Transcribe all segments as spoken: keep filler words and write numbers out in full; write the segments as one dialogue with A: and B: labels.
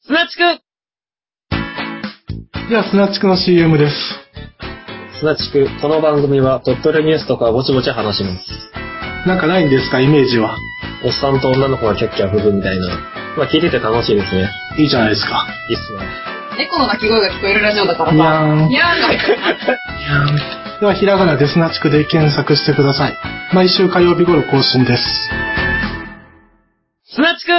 A: 砂地区。
B: では、砂地区の シーエム です。
A: 砂地区、この番組は鳥取ニュースとかぼちぼち話します。
B: なんかないんですか、イメージは。
A: おっさんと女の子がキャッキャ吹くみたいな。まあ聞いてて楽しいですね。
B: いいじゃないですか。
A: いいっすね。
C: 猫の鳴き声が聞こえるラジオだからさ。
B: にゃーん。
C: にゃーんが入ってる。
B: では、ひらがなで砂地区で検索してください。毎週火曜日頃更新です。
A: 砂地区。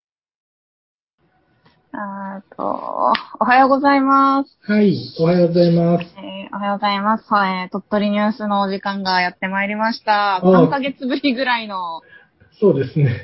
C: あーと、おはようございます。
B: はい、おはようございます。
C: えー、おはようございます。えー、鳥取ニュースのお時間がやってまいりました。さんかげつぶりぐらいの。
B: そうですね。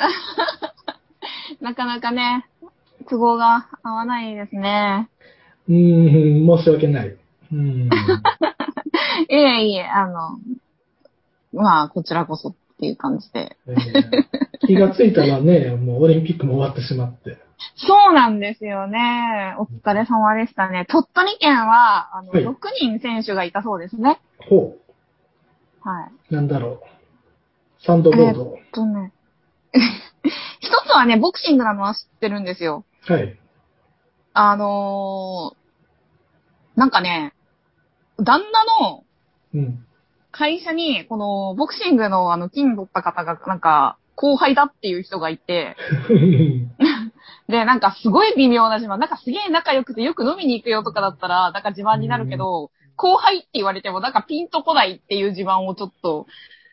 C: なかなかね、都合が合わないですね。
B: うーん、申し訳ない。うーん。
C: いえいえ、あの、まあ、こちらこそっていう感じで。
B: えー、気がついたらね、もうオリンピックも終わってしまって。
C: そうなんですよね。お疲れ様でしたね。鳥取県は、あの、
B: はい、
C: ろくにん選手がいたそうですね。
B: ほ
C: う。はい。
B: なんだろう。サンドボード。
C: えー、っとね。一つはね、ボクシングなのは知ってるんですよ。
B: はい。
C: あのー、なんかね、旦那の会社に、この、ボクシングのあの、金取った方が、なんか、後輩だっていう人がいて、で、なんかすごい微妙な自慢、なんかすげえ仲良くてよく飲みに行くよとかだったら、なんか自慢になるけど、後輩って言われてもなんかピンとこないっていう自慢をちょっと、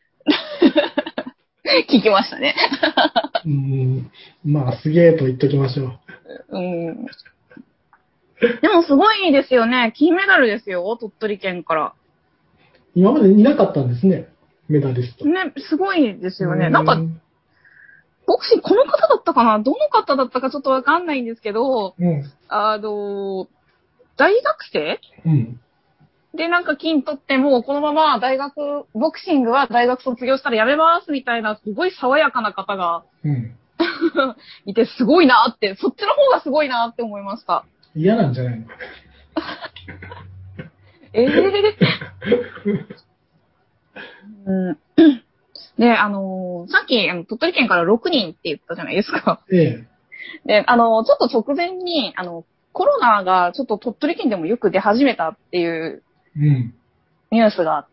C: 聞きましたね。
B: うーん、まあ、すげえと言っときましょう。
C: うん。でもすごいですよね。金メダルですよ、鳥取県から。
B: 今までいなかったんですね、メダリスト。
C: ね、すごいですよね。なんか、ボクシング、この方だったかな、どの方だったかちょっとわかんないんですけど、
B: うん、
C: あの、大学生、
B: うん、
C: で、なんか金取っても、このまま大学、ボクシングは大学卒業したらやめますみたいな、すごい爽やかな方が、
B: うん、
C: いて、すごいなって、そっちの方がすごいなって思いました。
B: 嫌なんじゃないの
C: ええーうん。で、あのー、さっき、あの、鳥取県からろくにんって言ったじゃないですか。
B: ええ。
C: で、あのー、ちょっと直前に、あの、コロナがちょっと鳥取県でもよく出始めたっていうニュースがあって、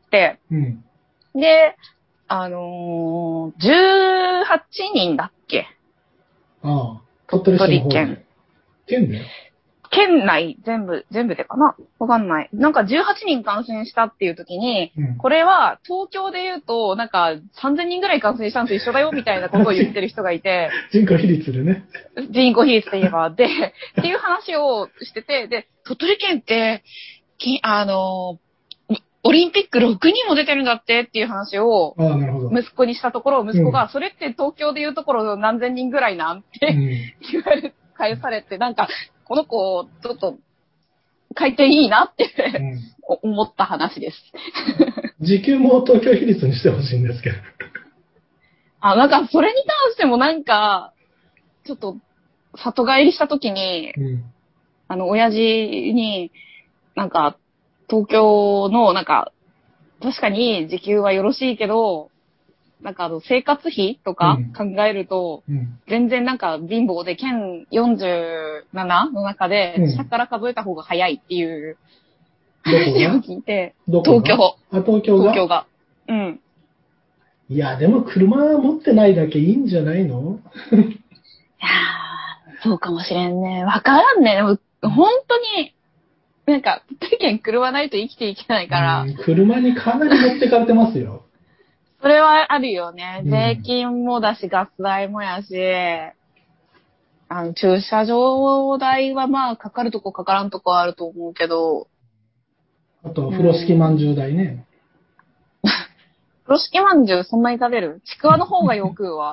B: うん、
C: で、あのー、じゅうはちにんだっけ？
B: ああ、鳥取市の方で。県で？
C: 県内全部、全部でかな？わかんない。なんかじゅうはちにん感染したっていう時に、うん、これは東京で言うと、なんかさんぜんにんぐらい感染したのと一緒だよみたいなことを言ってる人がいて。
B: 人口比率でね。
C: 人口比率で言えば。で、っていう話をしてて、で、鳥取県って、きあの、オリンピックろくにんも出てるんだってっていう話を、息子にしたところ、息子が、それって東京で言うところ何千人ぐらいなんって言われ、返されて、なんか、この子、ちょっと、回転いいなって、うん、思った話です。
B: 時給も東京比率にしてほしいんですけど。
C: あ、なんか、それに関してもなんか、ちょっと、里帰りしたときに、うん、あの、親父に、なんか、東京の、なんか、確かに時給はよろしいけど、なんかあの、生活費とか考えると、うんうん、全然なんか貧乏で、県よんじゅうななの中で、下から数えた方が早いっていう話を聞いて、東京。
B: あ、東京が
C: 東京が。うん。
B: いや、でも車持ってないだけいいんじゃないの
C: いやー、そうかもしれんね。わからんね。でも、本当に、なんか、鳥取県車ないと生きていけないから。
B: 車にかなり持ってかれてますよ。
C: それはあるよね。税金もだし、ガス代もやし、あの、駐車場代はまあ、かかるとこかからんとこはあると思うけど。
B: あと、風呂敷まんじゅう代ね。
C: 風呂敷まんじゅうそんなに食べる？ちくわの方がよく食うわ。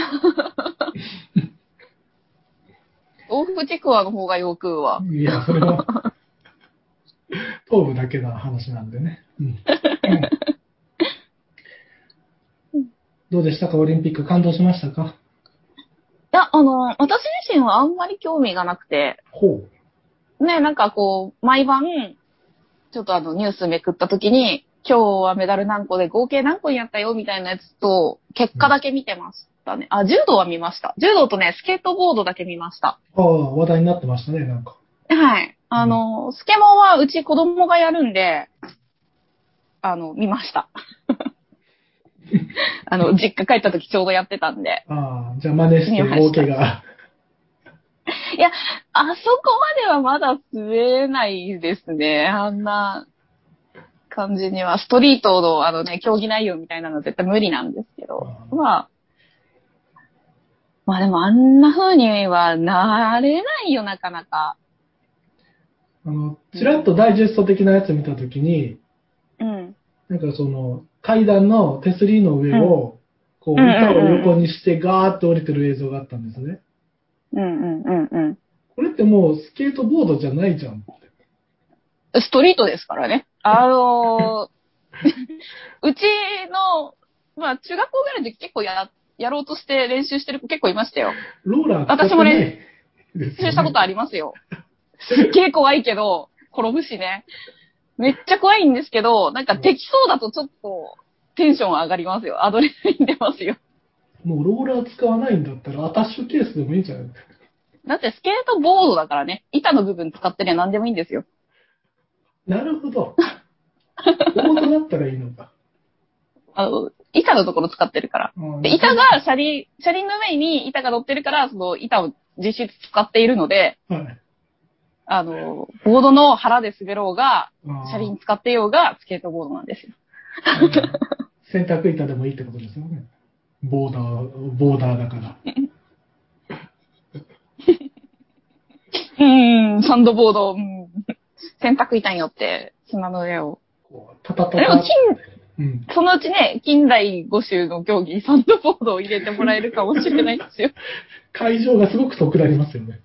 C: 豆腐ちくわの方がよく食うわ。
B: いや、それは、頭部だけの話なんでね。うんうん、どうでしたか、オリンピック感動しましたか？
C: いや、あの、私自身はあんまり興味がなくて。
B: ほ
C: う。ね、なんかこう、毎晩、ちょっとあの、ニュースめくった時に、今日はメダル何個で合計何個になったよみたいなやつと、結果だけ見てます。 たね。あ、柔道は見ました。柔道とね、スケートボードだけ見ました。
B: ああ、話題になってましたね、なんか。
C: はい。あの、うん、スケモンはうち子供がやるんで、あの、見ました。あの、実家帰った時ちょうどやってたんで。
B: ああ、じゃあ真似して大怪我。
C: いや、あそこまではまだ滑れないですね。あんな感じには。ストリートのあのね、競技内容みたいなのは絶対無理なんですけど。あまあ、まあでもあんな風にはなれないよ、なかなか。
B: あの、ちらっとダイジェスト的なやつ見たときに、
C: うん。
B: なんかその、階段の手すりの上を、こう、板を横にしてガーッと降りてる映像があったんですね。
C: うんうんうんうん。
B: これってもうスケートボードじゃないじゃんって。
C: ストリートですからね。あのー、うちの、まあ中学校ぐらいで結構や、やろうとして練習してる子結構いましたよ。
B: ローラー使ってない、
C: 私も練習したことありますよ。すっげえ怖いけど、転ぶしね。めっちゃ怖いんですけど、なんかできそうだとちょっとテンション上がりますよ。アドレナリン出ますよ。
B: もうローラー使わないんだったらアタッシュケースでもいいんじゃない？
C: だってスケートボードだからね。板の部分使ってりゃ何でもいいんですよ。
B: なるほど。ボードだったらいいのか。
C: あの、板のところ使ってるから。で、板が車輪、車輪の上に板が乗ってるから、その板を実質使っているので、はい、あの、ボードの腹で滑ろうが、車輪使ってようが、スケートボードなんですよ。
B: 洗濯板でもいいってことですよね。ボーダー、ボーダーだから。
C: うーん、サンドボード、うん、洗濯板によって砂の上を。
B: タタタタ
C: でも近、うん、そのうちね、近代五種の競技、サンドボードを入れてもらえるかもしれないですよ。
B: 会場がすごく遠くなりますよね。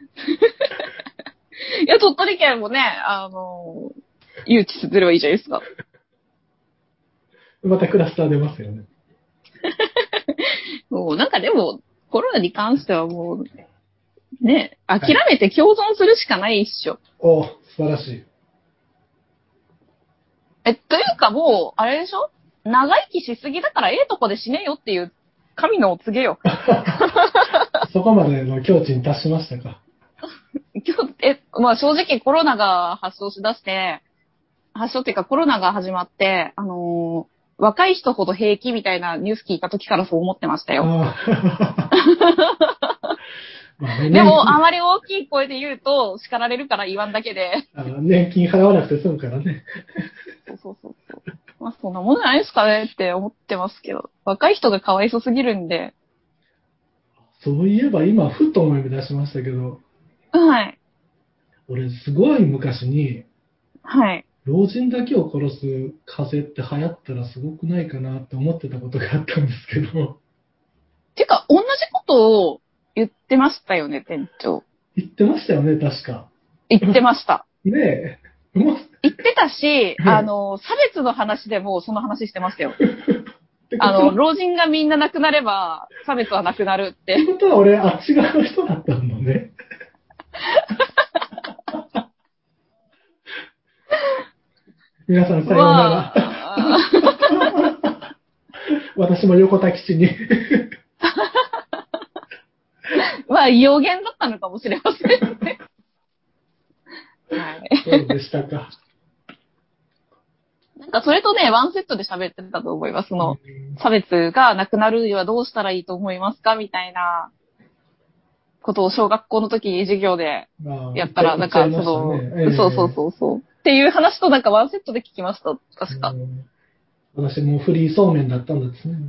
C: いや、鳥取県もね、あの、誘致すればいいじゃないですか。
B: またクラスター出ますよね。
C: もうなんかでも、コロナに関してはもう、ね、諦めて共存するしかないっしょ。はい、
B: お、素晴らしい。
C: え、というかもう、あれでしょ？長生きしすぎだからええとこで死ねよっていう神のお告げよ。
B: そこまでの境地に達しましたか。
C: え、まあ正直コロナが発症しだして、発症っていうかコロナが始まって、あのー、若い人ほど平気みたいなニュース聞いた時からそう思ってましたよ。まあね、でも、あまり大きい声で言うと叱られるから言わんだけで。
B: あ年金払わなくて済むからね。
C: そうそうそうそう。まあそんなもんじゃないですかねって思ってますけど。若い人がかわいそすぎるんで。
B: そういえば今、ふっと思い出しましたけど。
C: はい。
B: 俺、すごい昔に、
C: はい。
B: 老人だけを殺す風邪って流行ったらすごくないかなって思ってたことがあったんですけど。
C: てか、同じことを言ってましたよね、店長。
B: 言ってましたよね、確か。
C: 言ってました。
B: ねえ。
C: 言ってたし、あの、差別の話でもその話してましたよ。あの、老人がみんな亡くなれば、差別はなくなるって。
B: ってことは俺、あっち側の人だったんだね。皆さん、さようなら。私も横田基地に。
C: まあ、予言だったのかもしれませんね。はい。
B: そうでしたか。
C: なんかそれとね、ワンセットで喋ってたと思います。その、差別がなくなるにはどうしたらいいと思いますかみたいなことを小学校の時に授業でやったら、なんかその、えー、そうそうそうそう。っていう話となんかワンセットで聞きました。確か。
B: 私もフリーそうめんだったんですね。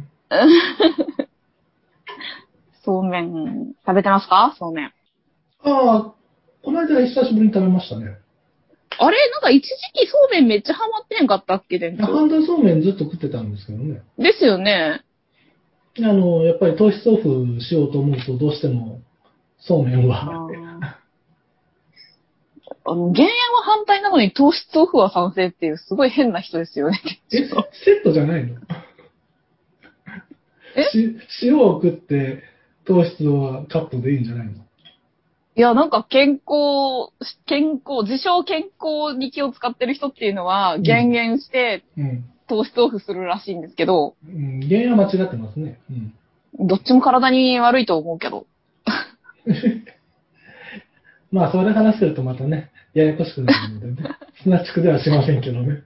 C: そうめん、食べてますか？そうめん。
B: ああ、この間久しぶりに食べましたね。
C: あれなんか一時期そうめんめっちゃハマってへんかったっけ、店長。
B: 半田そうめんずっと食ってたんですけどね。
C: ですよね。
B: あの、やっぱり糖質オフしようと思うとどうしてもそうめんは。
C: あの、減塩は反対なのに糖質オフは賛成っていうすごい変な人ですよね。
B: え、セットじゃないの？え？塩を食って糖質はカットでいいんじゃないの？
C: いや、なんか健康、健康、自称健康に気を使ってる人っていうのは減塩して糖質オフするらしいんですけど。
B: うん、うん、減塩は間違ってますね。うん。
C: どっちも体に悪いと思うけど。
B: まあ、それ話してるとまたね、ややこしくなるのでね。砂地区ではしませんけどね。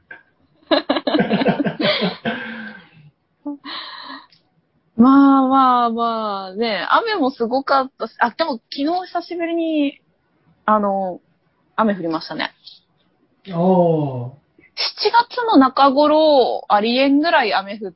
C: まあまあまあね、雨もすごかったし、あ、でも昨日久しぶりに、あの、雨降りましたね。
B: ああ。
C: しちがつの中頃、ありえんぐらい雨降って、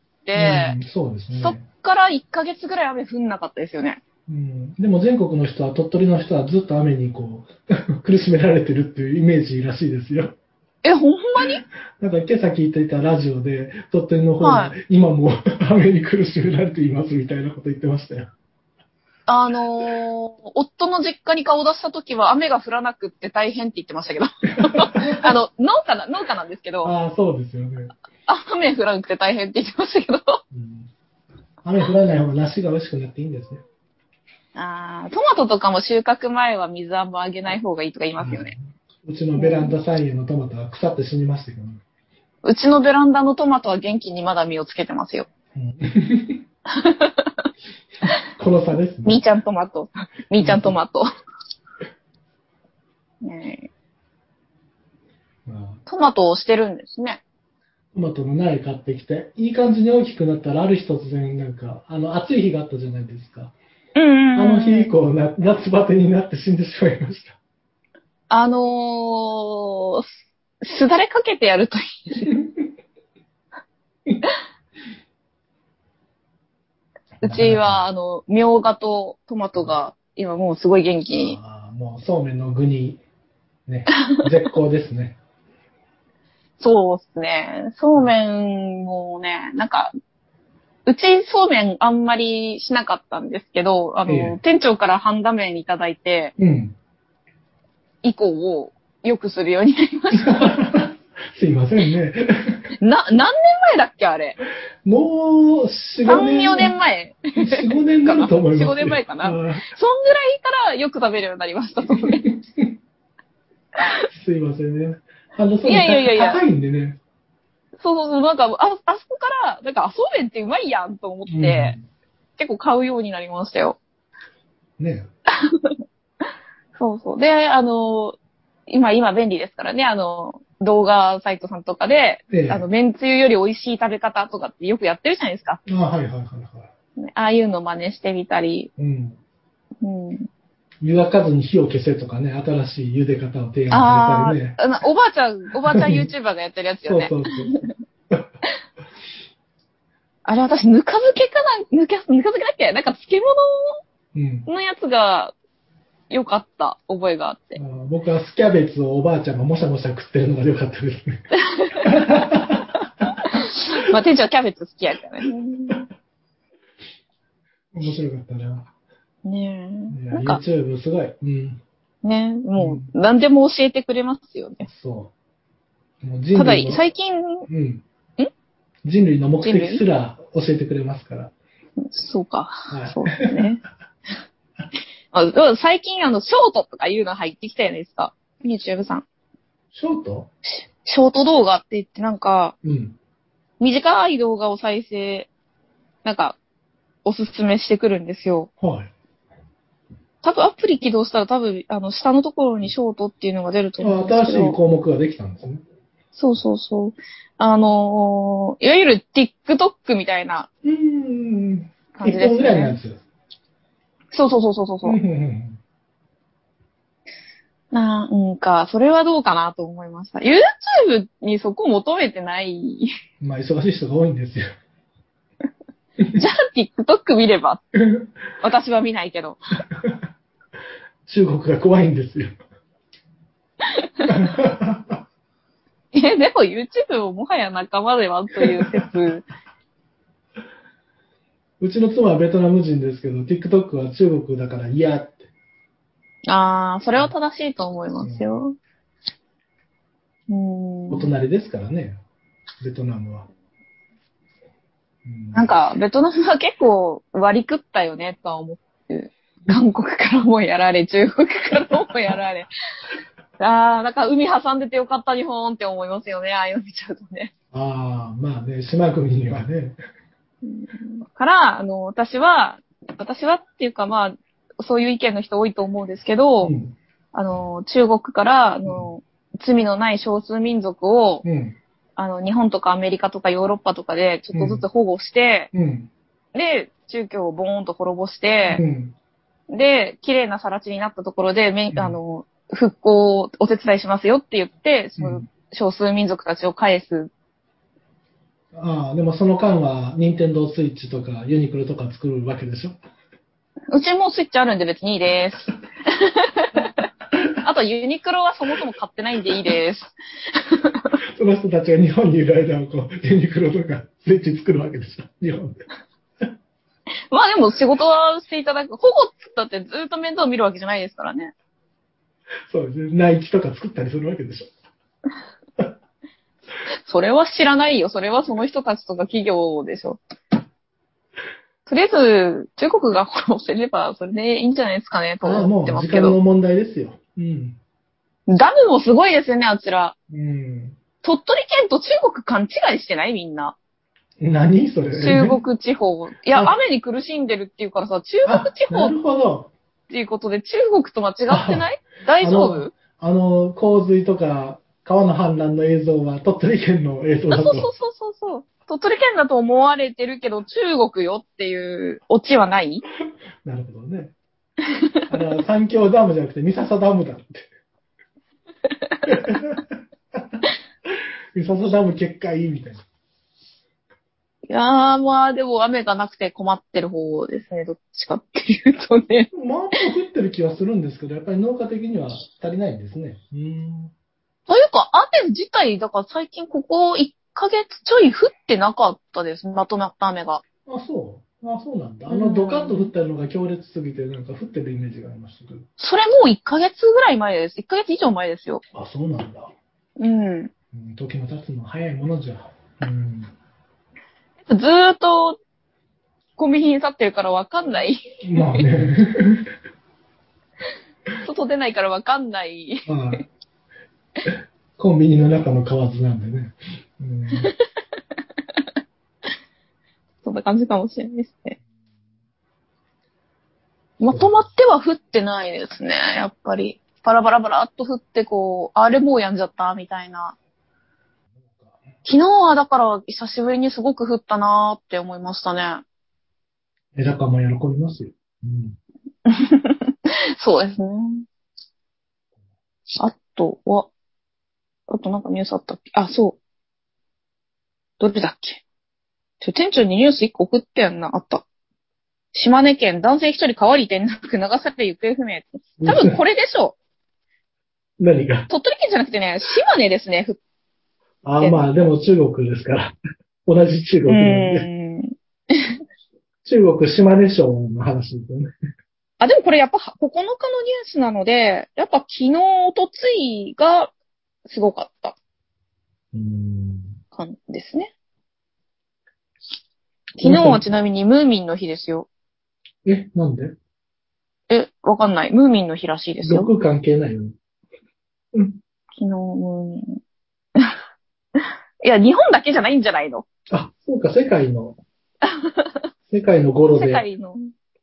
B: うん、そうですね。
C: そっからいっかげつぐらい雨降んなかったですよね。
B: うん、でも全国の人は、鳥取の人はずっと雨にこう、苦しめられてるっていうイメージらしいですよ。
C: え、ほんまに？
B: なんか今朝聞いていたラジオで、鳥取の方
C: は
B: が今も雨に苦しめられていますみたいなこと言ってましたよ。
C: あのー、夫の実家に顔出した時は雨が降らなくって大変って言ってましたけど。あの、農家な、農家なんですけど。
B: ああ、そうですよね。
C: 雨降らなくて大変って言ってましたけど。
B: うん、雨降らない方が梨が美味しくなっていいんですね。
C: ああ、トマトとかも収穫前は水あんまあげない方がいいとか言いますよね。
B: うちのベランダ菜園のトマトは腐って死にましたけどね。
C: うちのベランダのトマトは元気にまだ実をつけてますよ。
B: うん、この差ですね。
C: みーちゃんトマト。みーちゃんトマト。ねえ、まあ、トマトをしてるんですね。
B: トマトの苗買ってきて、いい感じに大きくなったら、ある日突然なんか、あの、暑い日があったじゃないですか。
C: うんうんうん、
B: あの日以降な、夏バテになって死んでしまいました。
C: あのー、すだれかけてやるといいですよ。うちは、あの、みょうがとトマトが、今もうすごい元気に。
B: ああ、もうそうめんの具に、ね、絶好ですね。
C: そうですね。そうめんもね、なんか、うちそうめんあんまりしなかったんですけど、あの、ええ、店長から半田麺いただいて、うん、以降をよくするようになりました。
B: すいませんね。
C: な、何年前だっけあれ。
B: もう、よん、ごねん。さん、
C: よねんまえ。
B: よん、ごねんになると思います。
C: よん、ごねんまえかな。そんぐらいからよく食べるようになりました、そうめん。
B: すいませんね。あの、そうめん高いんでね。
C: そうそうそう、なんか、あ、あそこから、なんか、あ、そうめんってうまいやんと思って、うん、結構買うようになりましたよ。
B: ね
C: そうそう。で、あの、今、今便利ですからね、あの、動画サイトさんとかで、ええ、あの、麺つゆより美味しい食べ方とかってよくやってるじゃないですか。
B: あ、はいはいはいはい。
C: ああいうの真似してみたり。うん。
B: うん。湯がかずに火を消せとかね、新しい茹で方を提案されたりね。
C: ああ、おばあちゃん、おばあちゃん YouTuber がやってるやつよね。
B: そうそうそう。
C: あれ私、ぬか漬けかな、ぬか、ぬか漬けだっけなんか漬物のやつが良かった覚えがあって。
B: あ、僕はスキャベツをおばあちゃんがもしゃもしゃ食ってるのが良かったですね。
C: まあ店長キャベツ好きやからね。
B: 面白かったな。
C: ねえ。
B: いや、YouTube すごい。うん。
C: ね、もう、うん、何でも教えてくれますよね。
B: そう。もう
C: 人類ただ、最近、
B: うん。ん人類の目的すら教えてくれますから。
C: そうか。はい、そうですね。あ、最近、あの、ショートとかいうの入ってきたじゃないですか。YouTube さん。
B: ショート？
C: ショート動画って言って、なんか、
B: うん、
C: 短い動画を再生、なんか、おすすめしてくるんですよ。
B: はい。
C: 多分アプリ起動したら多分、あの、下のところにショートっていうのが出ると思うんですけど。
B: 新しい項目ができたんですね。
C: そうそうそう。あのー、いわゆる TikTok みたいな感じですね。いっぽんぐらいのやつ。そうそうそうそうそう。なんか、それはどうかなと思いました。YouTube にそこを求めてない。
B: まあ、忙しい人が多いんですよ。
C: じゃあ TikTok 見れば。私は見ないけど。
B: 中国が怖いんですよ。
C: え、でも YouTube ももはや仲間ではという説。
B: うちの妻はベトナム人ですけど、TikTok は中国だから嫌って。
C: ああ、それは正しいと思いますよ。うん。
B: お隣ですからね、ベトナムは。
C: うん、なんか、ベトナムは結構割り食ったよね、とは思って。韓国からもやられ、中国からもやられ。ああ、なんか海挟んでてよかった日本って思いますよね、ああいうの見ちゃうとね。
B: ああ、まあね、島国にはね。
C: から、あの、私は私はっていうかまあ、そういう意見の人多いと思うんですけど、うん、あの、中国から、あの、罪のない少数民族を、うん、あの、日本とかアメリカとかヨーロッパとかでちょっとずつ保護して、うん、で、宗教をボーンと滅ぼして、うん、で、綺麗な更地になったところで、め、うん、あの、復興をお手伝いしますよって言って、その少数民族たちを返す。
B: ああ、でもその間は、ニンテンドースイッチとかユニクロとか作るわけでしょ？
C: うちもスイッチあるんで別にいいです。あとユニクロはそもそも買ってないんでいいです。
B: その人たちが日本にいる間はこう、ユニクロとかスイッチ作るわけでしょ？日本で。
C: まあでも仕事はしていただく。保護っつったってずっと面倒見るわけじゃないですからね。
B: そうですね。ナイキとか作ったりするわけでしょ。
C: それは知らないよ。それはその人たちとか企業でしょ。とりあえず、中国が殺せれば、それでいいんじゃないですかね、と思ってますけど。
B: ああ、もう時間の問題ですよ。うん。
C: ダムもすごいですよね、あちら。
B: うん。
C: 鳥取県と中国勘違いしてないみんな。
B: 何それ。
C: 中国地方。いや、雨に苦しんでるっていうからさ、中国地方。
B: なるほど。
C: っていうことで、中国と間違ってない大丈夫
B: あの、洪水とか、川の氾濫の映像は鳥取県の映像だと。
C: そうそうそうそうそう。鳥取県だと思われてるけど、中国よっていうオチはない
B: なるほどね。あれは三峡ダムじゃなくて三笹ダムだって。三笹ダム結果いいみたいな。
C: いやー、まあでも雨がなくて困ってる方ですね、どっちかっていうとね。
B: まあ、降ってる気はするんですけど、やっぱり農家的には足りないんですね。うーん。
C: というか、雨自体、だから最近ここいっかげつちょい降ってなかったです。まとまった雨が。
B: あ、そう。あ、そうなんだ。あのドカッと降ったのが強烈すぎて、なんか降ってるイメージがありましたけど。
C: それもういっかげつぐらい前です。いっかげつ以上前ですよ。
B: あ、そうなんだ。
C: うん。
B: うん、時の経つの早いものじゃ。うん。
C: ずーっと、コンビニに去ってるからわかんない。
B: まあね。
C: 外出ないからわかんない。
B: まあ、コンビニの中の蛙なんでね。うん、
C: そんな感じかもしれないですね。まとまっては降ってないですね、やっぱり。バラバラバラっと降って、こう、あれもうやんじゃった、みたいな。昨日はだから久しぶりにすごく降ったなーって思いましたね。
B: 枝かも喜びますよ。うん、
C: そうですね。あとは、あとなんかニュースあったっけ？あ、そう。どれだっけ？ちょ、店長にニュース一個送ってやんな。あった。島根県男性一人川に転落流されて行方不明。多分これでしょ
B: う。何が？
C: 鳥取県じゃなくてね、島根ですね。
B: ああ、まあでも中国ですから。同じ中国なんで。中国島根省の話ですよね。
C: あ、でもこれやっぱここのかのニュースなので、やっぱ昨日、おとついがすごかった。うん。感じですね。昨日はちなみにムーミンの日ですよ。
B: え、なんで？
C: え、わかんない。ムーミンの日らしいですよ。
B: 毒関係ないよ。
C: うん。昨日ムーミン。いや、日本だけじゃないんじゃないの？
B: あ、そうか、世界の。世界の語呂で。
C: 世界の。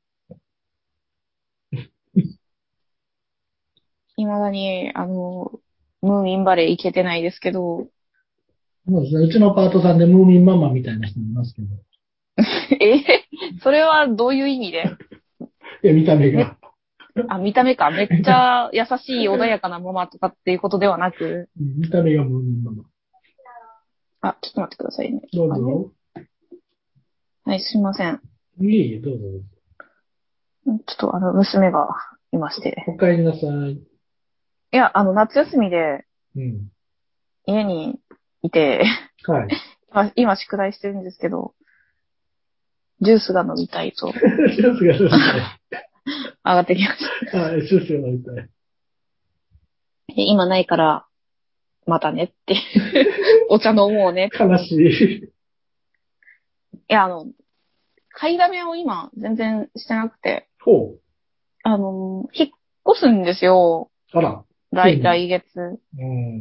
C: 未だに、あの、ムーミンバレー行けてないですけど。
B: そうですね。うちのパートさんでムーミンママみたいな人いますけど。
C: えそれはどういう意味で？
B: いや、見た目が。
C: あ、見た目か。めっちゃ優しい穏やかなママとかっていうことではなく。
B: 見た目がムーミンママ。
C: あ、ちょっと待ってくださいね。
B: どうぞ。
C: はい、すいません。
B: いえいえ、どうぞ。
C: ちょっとあの、娘がいまして。
B: お帰りなさい。い
C: や、あの、夏休みで、
B: うん、
C: 家にいて、
B: はい。
C: 今、今宿題してるんですけど、ジュースが飲みたいと。
B: ジュースが飲みたい。
C: 上がってきました。
B: はい、ジュースが飲みたい。
C: で今ないから、またねって。お茶飲もうね。
B: 悲しい。
C: いや、あの、買いだめを今全然してなくて。
B: ほう。
C: あの、引っ越すんですよ。
B: あら。
C: 来、来月。
B: うん。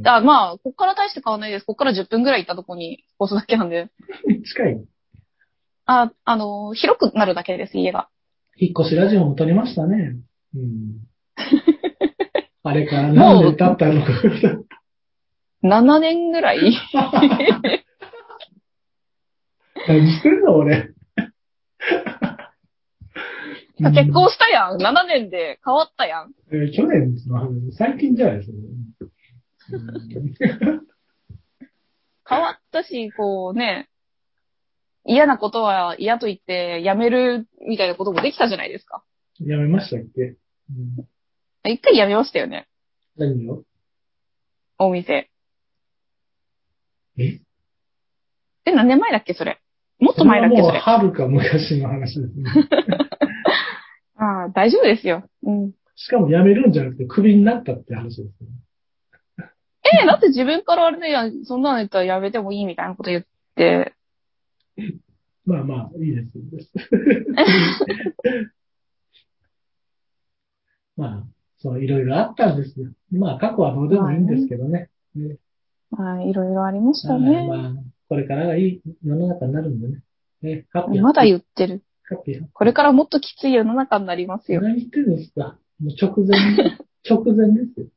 C: あ、まあ、こっから大して買わないです。こっからじゅっぷんぐらい行ったとこに引っ越すだけなんで。
B: 近い。
C: あ、あの、広くなるだけです、家が。
B: 引っ越しラジオも撮りましたね。うん。あれから何年経ったのか。
C: ななねんぐらい
B: 何してんの俺。
C: 結婚したやん。ななねんで変わったやん。
B: えー、去年の話、最近じゃないですか。
C: 変わったし、こうね、嫌なことは嫌と言ってやめるみたいなこともできたじゃないですか。
B: やめましたっけ、うん、
C: 一回やめましたよね。
B: 何を？
C: お店。
B: え
C: え、何年前だっけそれ。もっと前だっけそれ。
B: それはもう、はるか昔の話ですね。
C: ああ、大丈夫ですよ。うん。
B: しかも辞めるんじゃなくてクビになったって話ですね。
C: ええ、だって自分からあれで、や、そんなの言ったらやめてもいいみたいなこと言って。
B: まあまあ、いいです。いいですまあ、そう、いろいろあったんですよ。まあ、過去はどうでもいいんですけどね。ね、
C: まあ、いろいろありましたね。
B: まあ、これからがいい世の中になるんでね。ね、ハッピー。
C: まだ言ってる。
B: ハッピー。
C: これからもっときつい世の中になりますよ。
B: 何言ってるんですか？もう直前、直前ですよ。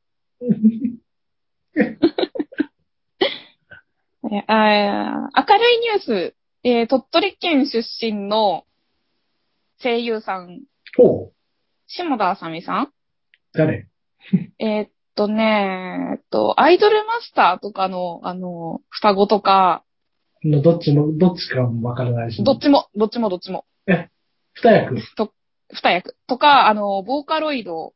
C: えあ明るいニュース、えー、鳥取県出身の声優さん。
B: ほう。
C: 下田あさみさん。
B: 誰？
C: えーっとね、えっと、アイドルマスターとかの、あの、双子とか、
B: のどっちも、どっちかもわからないし。
C: どっちも、どっちもどっちも。
B: え、二役。
C: と、二役。とか、あの、ボーカロイド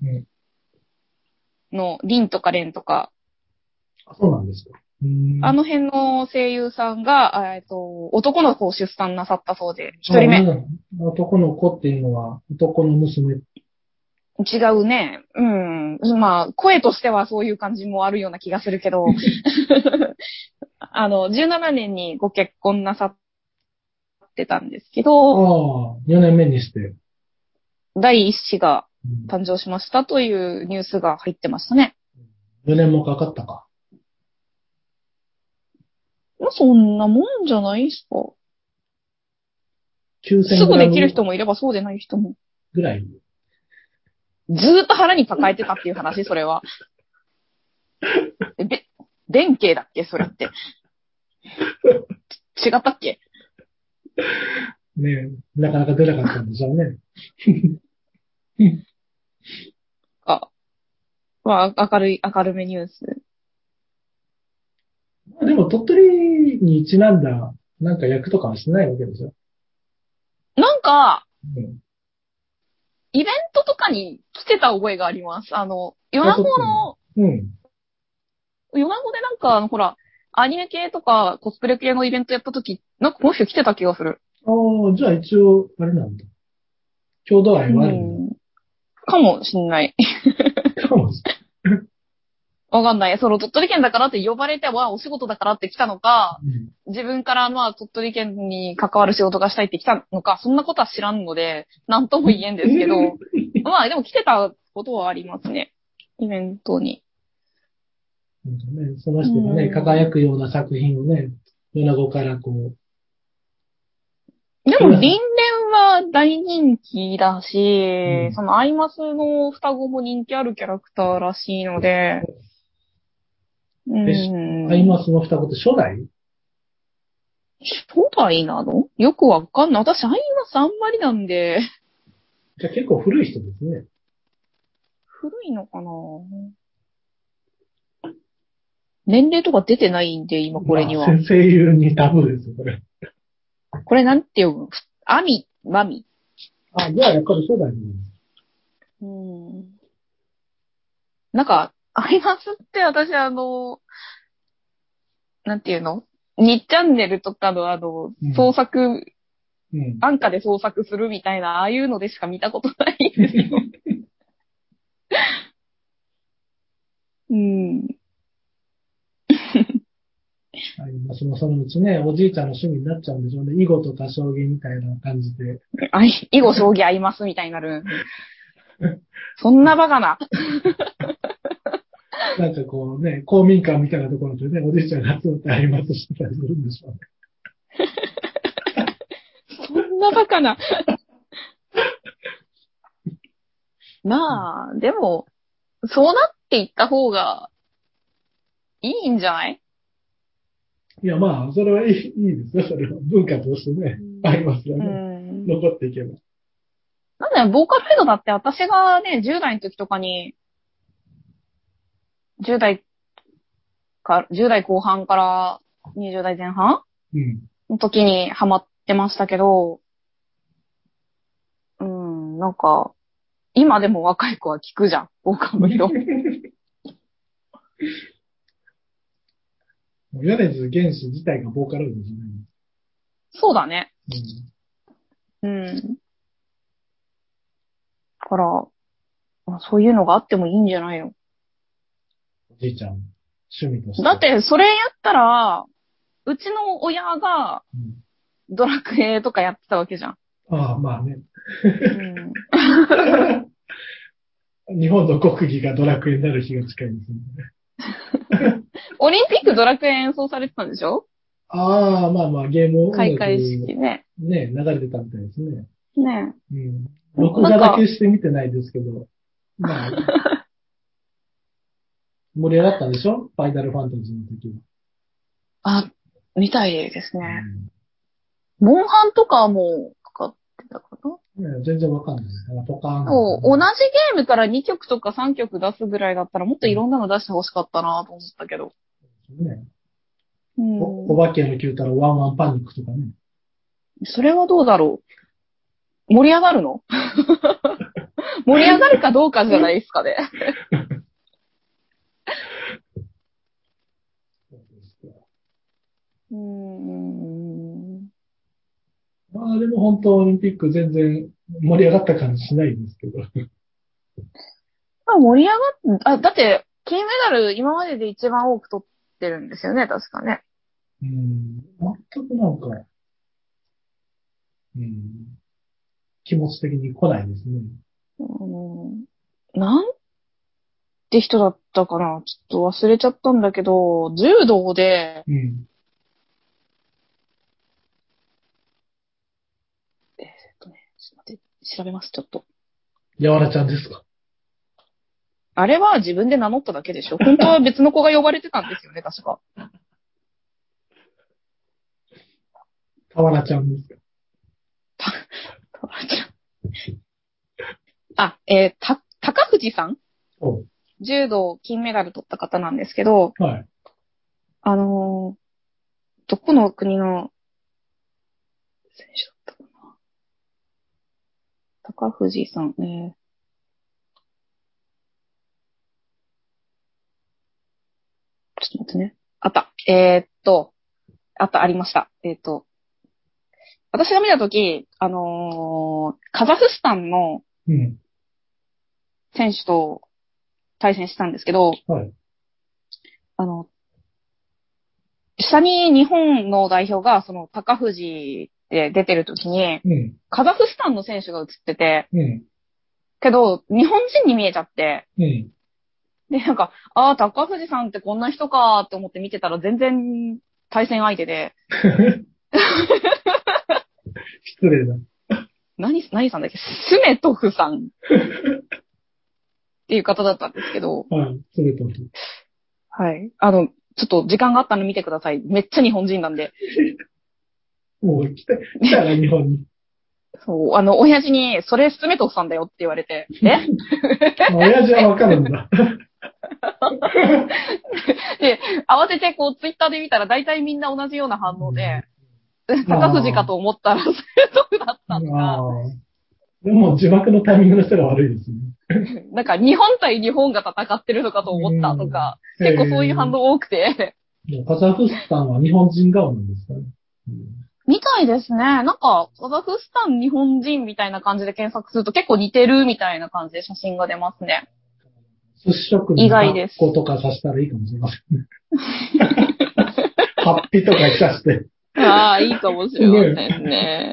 C: のリンとかレンとか、
B: あ、そうなんですか。
C: あの辺の声優さんが、えっと、男の子を出産なさったそうで、一人目。
B: 男の子っていうのは男の娘。
C: 違うね。うん。まあ、声としてはそういう感じもあるような気がするけど、あの、じゅうななねんにご結婚なさってたんですけど、
B: ああ、よねんめにして。
C: 第一子が誕生しましたというニュースが入ってましたね。
B: よねんもかかったか。
C: まあ、そんなもんじゃないですか。
B: きゅうせん
C: すぐで
B: グラム
C: きる人もいればそうでない人も。
B: ぐらい。
C: ずーっと腹に抱えてたっていう話、それは。で、弁慶だっけそれって。違ったっけ？
B: ねえ、なかなか出なかったんでしょうね。
C: あ、まあ、明るい、明るめニュース。
B: でも、鳥取にちなんだ、なんか役とかはしてないわけでしょ。
C: なんか、
B: うん、
C: イベントとかに来てた覚えがあります。あの、米子の、
B: うん。
C: 米子でなんか、あの、ほら、アニメ系とかコスプレ系のイベントやった時、なんかこの人来てた気がする。
B: ああ、じゃあ一応、あれなんだ。郷土愛はあるんだ。
C: うん。かもしんない。
B: かもしれない。
C: わかんない。その鳥取県だからって呼ばれてはお仕事だからって来たのか、うん、自分からまあ鳥取県に関わる仕事がしたいって来たのか、そんなことは知らんので、なんとも言えんですけど、まあでも来てたことはありますね。イベントに。
B: なんかね、その人がね、輝くような作品をね、米子からこう。
C: でも、リンレンは大人気だし、うん、そのアイマスの双子も人気あるキャラクターらしいので、
B: うん、アイマスの双子って初代？
C: 初代なの？よくわかんない。私、アイマスあんまりなんで。
B: じゃあ結構古い人ですね。
C: 古いのかな？年齢とか出てないんで、今これには。
B: まあ、声優にタブーですよ、これ。
C: これなんて読む？アミ、マミ。
B: あ、じゃあやっぱり初代に。
C: うん。なんか、アイマスって私あの、なんていうの？にチャンネルとかのあの、うん、創作、うん、安価で創作するみたいな、ああいうのでしか見たことないんですよ。うん。
B: はい、そのそのうちね、おじいちゃんの趣味になっちゃうんでしょうね。囲碁とか将棋みたいな感じで。
C: あ、囲碁将棋合いますみたいになる。そんなバカな。
B: なんかこうね、公民館みたいなところでね、おじいちゃんが集まって合いますしてたりするんでしょうね。
C: そんなバカな。 まあ、でも、そうなっていった方がいいんじゃない？
B: いや、まあ、それはいい、いいですよ。それは文化としてね、ありますよね。
C: うん。
B: 残っていけば。
C: なんだよ、ボーカロイドだって私がね、じゅう代の時とかに、じゅう代か、じゅう代後半からにじゅう代前半
B: うん。
C: の時にハマってましたけど、うん、なんか、今でも若い子は聞くじゃん、ボーカロイド。
B: 米津玄師自体がボーカロイドじゃない。
C: そうだね。
B: うん。
C: うん。だから、まあそういうのがあってもいいんじゃないの？
B: おじいちゃん、趣味として。
C: だって、それやったら、うちの親が
B: うん、
C: ドラクエとかやってたわけじゃん。
B: ああ、まあね。
C: うん、
B: 日本の国技がドラクエになる日が近いですね。
C: オリンピックドラクエ演奏されてたんでしょ？
B: ああ、まあまあ、ゲーム音楽
C: 開会式ね。
B: ね、流れてたみたいですね。
C: ね
B: うん。録画だけして見てないですけど、まあ、盛り上がったんでしょ？ファイナルファンタジーの時は。
C: あ、みたいです
B: う
C: ね。
B: ん、
C: モンハンとかはもうかかってたかな？
B: ね、全然わかんない。ポカーン、
C: そう、同じゲームからにきょくとかさんきょく出すぐらいだったらもっといろんなの出してほしかったなと思ったけど。
B: ね。
C: う
B: お、お
C: ん。
B: 化けの九太郎ワンワンパニックとかね。
C: それはどうだろう？盛り上がるの？盛り上がるかどうかじゃないですかね。うーん。
B: まあでも本当オリンピック全然盛り上がった感じしないんですけど。
C: まあ盛り上がっ、あ、だって、金メダル今までで一番多く取ってるんですよね、確かね。
B: うん、全くなんか、うん、気持ち的に来ないですね。
C: うん、なんて人だったかな、ちょっと忘れちゃったんだけど、柔道で、
B: うん。
C: えーっとね、ちょっと待って、調べます、ちょっと。
B: やわらちゃんですか？
C: あれは自分で名乗っただけでしょ？本当は別の子が呼ばれてたんですよね、確か。
B: たわらちゃんですか？
C: た、たわらちゃん。あ、えー、た、高藤さん？
B: お、
C: 柔道金メダル取った方なんですけど、
B: はい。
C: あのーどこの国の選手だったかな。高藤さん、えー、ちょっと待ってね。あった。えー、っと、あった、ありました。えー、っと、私が見たとき、あのーカザフスタンの
B: うん。
C: 選手と対戦したんですけど、
B: はい。
C: あの、下に日本の代表が、その、高藤で出てるときに、
B: うん。
C: カザフスタンの選手が映ってて、
B: うん。
C: けど、日本人に見えちゃって、
B: うん。
C: で、なんか、ああ、高藤さんってこんな人かーって思って見てたら全然対戦相手で、
B: 失礼だ。
C: 何、何さんだっけ？スメトフさんっていう方だったんですけど、
B: はい。すべて。
C: はい。あの、ちょっと時間があったの見てください。めっちゃ日本人なんで。
B: もう来た、来たら日本に。
C: そう、あの、親父に、それスメトフさんだよって言われて、え
B: 親父はわかるんだ。
C: で、慌ててこう、ツイッターで見たら大体みんな同じような反応で、
B: うん、
C: 高藤かと思ったらスメトフだったとか、
B: ああ。でも字幕のタイミングの人が悪いですね。
C: なんか日本対日本が戦ってるのかと思ったとか、
B: うん、
C: 結構そういう反応多くて。
B: カザフスタンは日本人顔なんですかね。うん、
C: みたいですね。なんか、カザフスタン日本人みたいな感じで検索すると結構似てるみたいな感じで写真が出ますね。
B: 寿司職人の学校とかさせたらいいかもしれませんね。ハッピーとかさして。
C: ああ、いいかもしれませんね。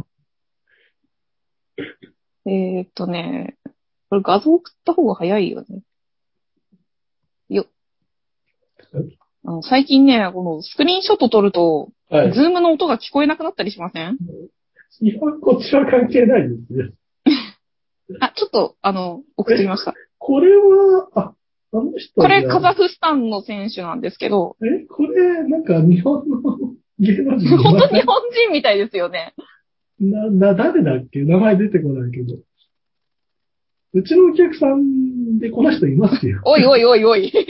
C: えーっとね、これ画像送った方が早いよね。よ。あの最近ね、このスクリーンショット撮ると、はい、ズームの音が聞こえなくなったりしません？
B: 日本こっちは関係ないですね。
C: あ、ちょっと、あの、送ってきました。
B: これは、あ、あの人
C: これカザフスタンの選手なんですけど。
B: え、これ、なんか日本の芸能人
C: 本当に日本人みたいですよね。
B: な、な、誰だっけ名前出てこないけど。うちのお客さんでこの人いますよ。
C: おいおいおいおい。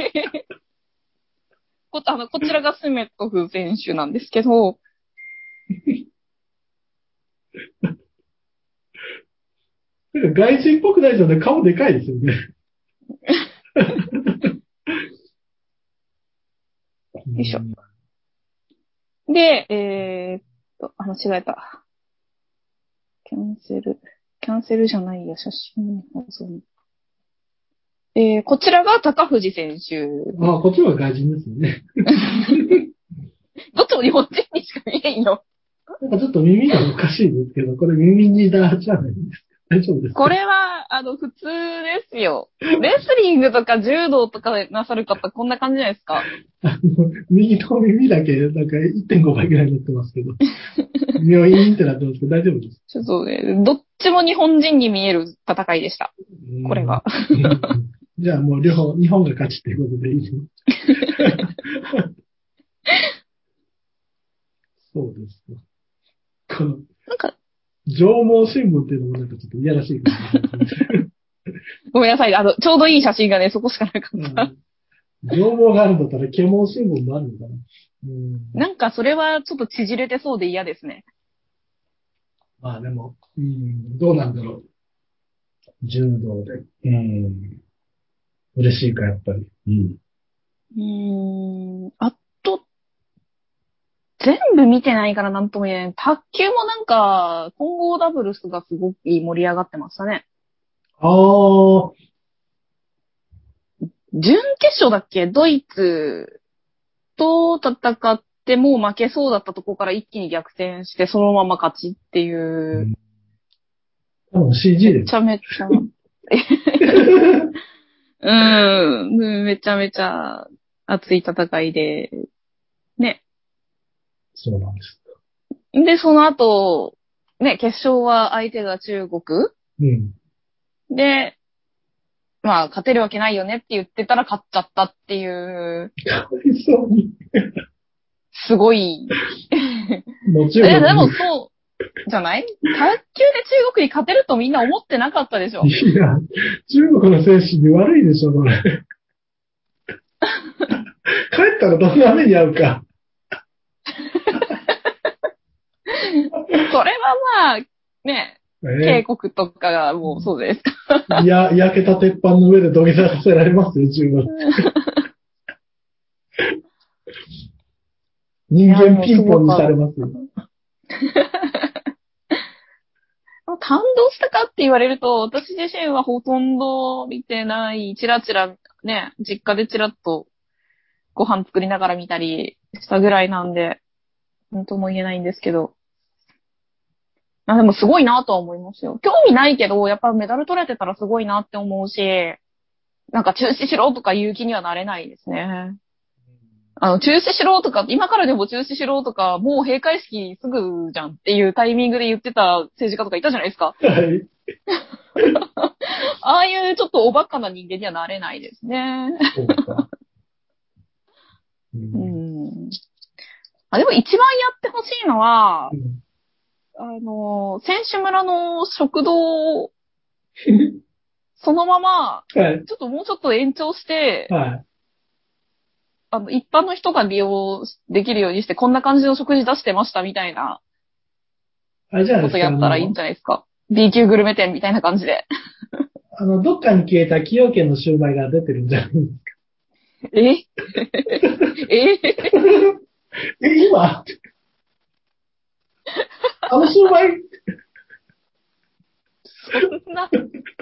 C: こ、あの、こちらがスメットフ選手なんですけど。
B: なんか外人っぽくないですよね。顔でかいですよね。
C: よいしょ。で、えー、っと、あ、間違えた。キャンセル。キャンセルじゃないや、写真の放送に。えー、こちらが高藤選手。
B: あ、こっちは外人ですよね。
C: どっちも日本人にしか見えんよ。
B: なんかちょっと耳がおかしいですけど、これ耳にだじゃないですか。大丈夫ですか？
C: これは、あの、普通ですよ。レスリングとか柔道とかでなさる方、こんな感じじゃないですか。
B: あの、右の耳だけ、なんか いってんご 倍ぐらいになってますけど。病院ってなってますけど、大丈夫です。
C: ちょっとね、どっちも日本人に見える戦いでした。これは。
B: じゃあもう両方、日本が勝ちっていうことでいいですね。そうです。この、
C: なんか、
B: 上毛新聞っていうのもなんかちょっといやらしい感じ。
C: ごめんなさい。あの、ちょうどいい写真がね、そこしかなかった。
B: 上毛があるんだったら、啓蒙新聞もあるのかな。うん、
C: なんかそれはちょっと縮れてそうで嫌ですね。
B: まあでも、うん、どうなんだろう。柔道で。うん、嬉しいか、やっぱり。うん。
C: うーん。あと、全部見てないからなんとも言えない。卓球もなんか、混合ダブルスがすごく盛り上がってましたね。
B: ああ、
C: 準決勝だっけドイツと戦ってもう負けそうだったとこから一気に逆転してそのまま勝ちっていう。
B: 多分 シージー です。
C: めちゃめちゃ。うん。めちゃめちゃ熱い戦いで。ね。
B: そうなんです。
C: で、その後、ね、決勝は相手が中国
B: うん。
C: で、まあ、勝てるわけないよねって言ってたら勝っちゃったっていう、
B: かわいそうに。
C: すごい。
B: もちろん。
C: え、でもそう、じゃない？卓球で中国に勝てるとみんな思ってなかったでしょ。
B: いや、中国の選手に悪いでしょ、これ。帰ったらどんな目に遭うか。
C: それはまあ、ね、警告とかがもうそうですか。
B: いや、焼けた鉄板の上で土下座させられますよ、中国。人間ピンポンにされますよ。
C: 感動したかって言われると、私自身はほとんど見てない、チラチラね、実家でチラッとご飯作りながら見たりしたぐらいなんで、なんとも言えないんですけど。あ、でもすごいなとは思いますよ。興味ないけど、やっぱメダル取れてたらすごいなって思うし、なんか中止しろとか言う気にはなれないですね。あの、中止しろとか、今からでも中止しろとか、もう閉会式すぐじゃんっていうタイミングで言ってた政治家とかいたじゃないですか。
B: はい。
C: ああいうちょっとおバカな人間にはなれないですね。
B: そうか。
C: うん、あ、でも一番やってほしいのは、うん、あの、選手村の食堂を、そのまま、はい、ちょっともうちょっと延長して、はい、あの、一般の人が利用できるようにして、こんな感じの食事出してましたみたいな、あ、じゃあことやったらいいんじゃないですか。B 級グルメ店みたいな感じで。
B: あの、どっかに消えた崎陽軒のシュウマイが出てるんじゃないですか。
C: ええ
B: え、今あのシュウマイ
C: そんな。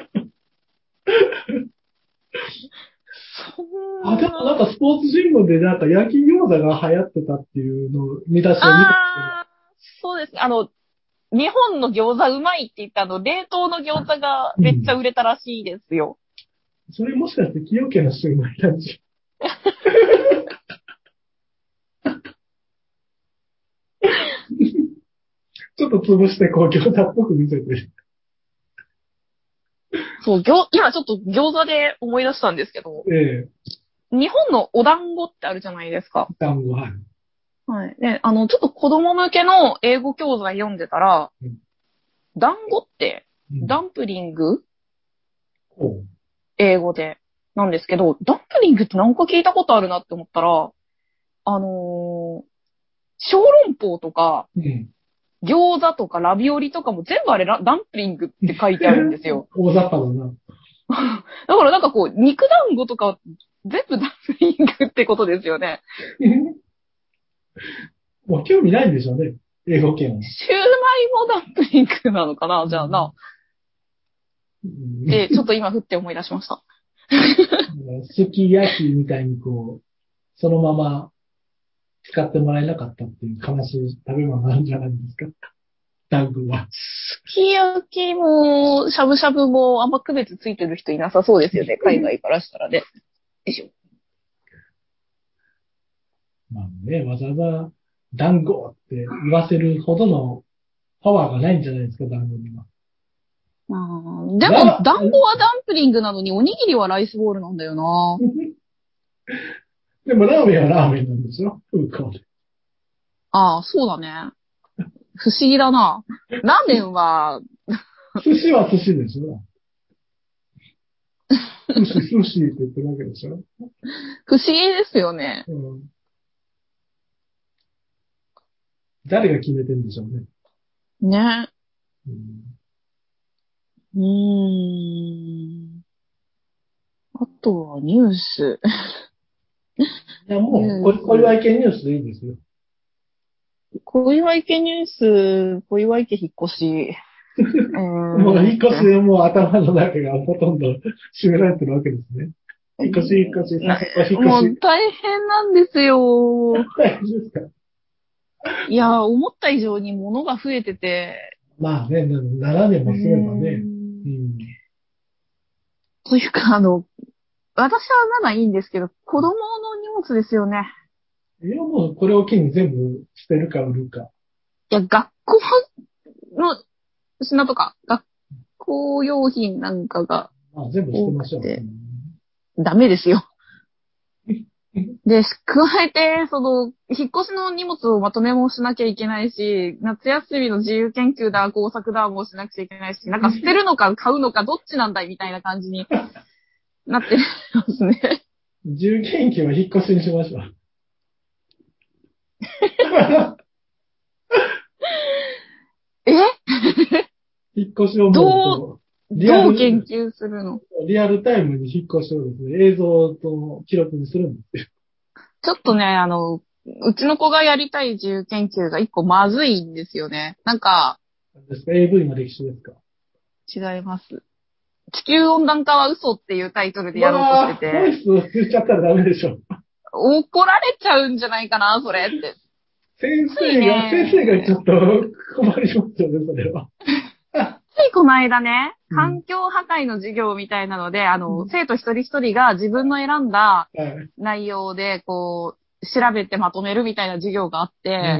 B: そんな。あ、でもなんかスポーツ新聞でなんか焼き餃子が流行ってたっていうのを見出しを見たんですけど。
C: ああ、そうですね。あの、日本の餃子うまいって言ったあの、冷凍の餃子がめっちゃ売れたらしいですよ。
B: うん、それもしかして崎陽軒のシュウマイなんじゃ。ちょっと潰してこう餃子っぽく見せて。
C: そう、餃、今ちょっと餃子で思い出したんですけど、
B: ええ。
C: 日本のお団子ってあるじゃないですか。
B: 団子、はい。
C: はい。で、あの、ちょっと子供向けの英語教材読んでたら、
B: うん、
C: 団子って、
B: うん、
C: ダンプリング、
B: お
C: 英語で、なんですけど、ダンプリングってなんか聞いたことあるなって思ったら、あのー、小籠包とか、
B: うん、
C: 餃子とかラビオリとかも全部あれダンプリングって書いてあるんですよ。
B: 大雑把だな。
C: だからなんかこう、肉団子とか全部ダンプリングってことですよね。
B: もう興味ないんでしょうね。英語圏は。
C: シューマイもダンプリングなのかな、じゃあな。
B: うん、
C: えー、ちょっと今振って思い出しました。
B: すき焼きみたいにこう、そのまま使ってもらえなかったっていう悲しい食べ物なんじゃないですか。団子は。
C: すき焼きも、しゃぶしゃぶもあんま区別ついてる人いなさそうですよね。海外からしたらね。よいしょ。
B: まあね、わざわざ団子って言わせるほどのパワーがないんじゃないですか、団子には。
C: あーでも、
B: ラ
C: 団子はダンプリングなのに、おにぎりはライスボールなんだよな。
B: でもラーメンはラーメンなんですよ。空港で。
C: ああ、そうだね。不思議だな。ラーメンは、
B: 寿司は寿司ですよ。寿司、寿司って言ってるわけでしょ。
C: 不思議ですよね。
B: うん、誰が決めてんでしょうね。
C: ね。
B: うん、
C: うーん。あとはニュース。
B: いや、もう、こ
C: ニュー
B: 小祝
C: ス。
B: 系ニュースでいいですよ。
C: 小岩池ニュース、小岩池引っ越し。え
B: もう、
C: ーっと、
B: 引っ越しでもう頭の中がほとんど占められてるわけですね。引っ越し、引っ越し、
C: な
B: さそこ引っ
C: もう
B: 越し。
C: 大変なんですよ。
B: 大丈夫ですか？
C: いや、思った以上に物が増えてて、
B: まあね、ななねん
C: うー
B: も住めばね。う
C: ん。
B: ん。
C: というか、あの、私はまだいいんですけど、子供の荷物ですよね。
B: いや、もうこれを機に全部捨てるか売るか。
C: いや、学校の品とか、学校用品なんかが
B: まあ全部捨て
C: 多
B: ましょう。
C: くて、ダメですよ。で、加えて、その、引っ越しの荷物をまとめもしなきゃいけないし、夏休みの自由研究だ、工作だもしなくちゃいけないし、なんか捨てるのか買うのかどっちなんだいみたいな感じになってますね。
B: 自由研究は引っ越しにしましょう。
C: え
B: 引っ越しをもう
C: どう、
B: こう、リア
C: どう研
B: ル、
C: 究するの？
B: リアルタイムに引っ越しをですね、映像と記録にするんですよ。
C: ちょっとね、あの、うちの子がやりたい自由研究が一個まずいんですよね。なんか、
B: ですか？ エーブイ の歴史ですか？
C: 違います。地球温暖化は嘘っていうタイトルでやろうとして
B: わあ、ボ
C: て、
B: イスを言っちゃったらダメでしょ。
C: 怒られちゃうんじゃないかな、それって。
B: 先
C: つい
B: 生が、先生がちょ
C: ね、
B: っと困りますよね、それは。
C: ついこの間ね、
B: うん、
C: 環境破壊の授業みたいなので、あの、
B: うん、
C: 生徒一人一人が自分の選んだ
B: はい。
C: 内容で、こう、調べてまとめるみたいな授業があって、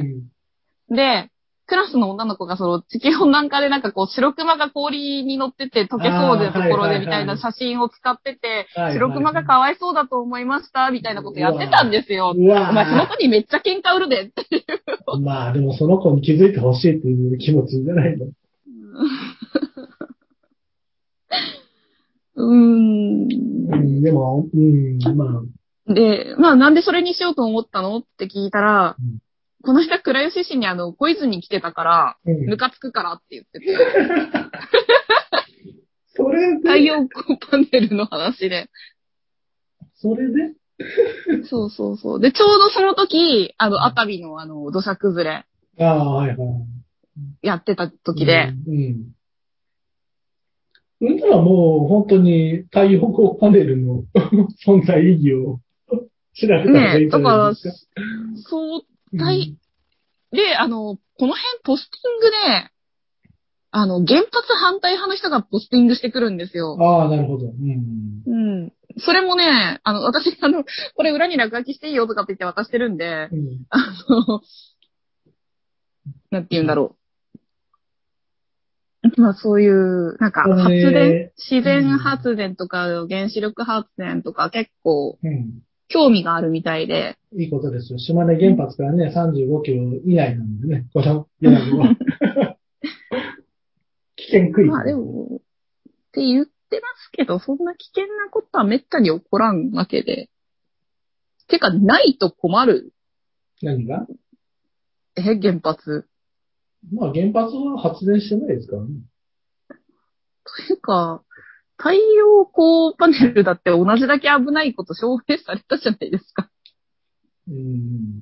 B: うん。
C: で、クラスの女の子がその地球温暖化でなんかこう白熊が氷に乗ってて溶けそう
B: ああ、
C: なと
B: はい
C: ころでみたい
B: はいはい。
C: な写真を使ってて、
B: はいはいはい。
C: 白熊がかわいそうだと思いましたみたいなことやってたん
B: うわ
C: ですよ。
B: う
C: お前その
B: わ
C: 子にめっちゃ喧嘩売るでって。
B: まあでもその子に気づいてほしいっていう気持ちじゃないの。
C: うーん。
B: うん、でも、うん、まあ、
C: で、まあなんでそれにしようと思ったのって聞いたら、
B: うん。
C: この間倉吉市にあの、小泉来てたから、
B: うん、
C: ムカつくからって言ってて、
B: それ
C: 太
B: で、
C: 陽光パネルの話で。
B: それで、
C: そうそうそう。で、ちょうどその時、あの、
B: うん、
C: 熱海のあの、土砂崩れ
B: ああ、はいはい。
C: やってた
B: う
C: 時で、
B: ん、うん。それならもう本当に太陽光パネルの存在意義を調べた方がい
C: ねえ、
B: いんじゃ
C: だから、
B: ないですか。
C: そう、たい、
B: うん。
C: で、あの、この辺ポスティングで、あの、原発反対派の人がポスティングしてくるんですよ。
B: ああ、なるほど。うん。
C: うん。それもね、あの、私、あの、これ裏に落書きしていいよとかって言って渡してるんで、
B: うん。
C: あの、なんて言うんだろう。 まあそういう、なんか発
B: え
C: 電、自然発電とか原子力発電とか結構興味があるみたいで。
B: いいことですよ。島根原発からね、さんじゅうごキロ以内なんでね、この米子は。危険区域。
C: まあでも、って言ってますけど、そんな危険なことはめったに起こらんわけで。てか、ないと困る。
B: 何が？
C: え、原発。
B: まあ原発は発電してないですからね。
C: というか、太陽光パネルだって同じだけ危ないこと証明されたじゃないですか。
B: うーん。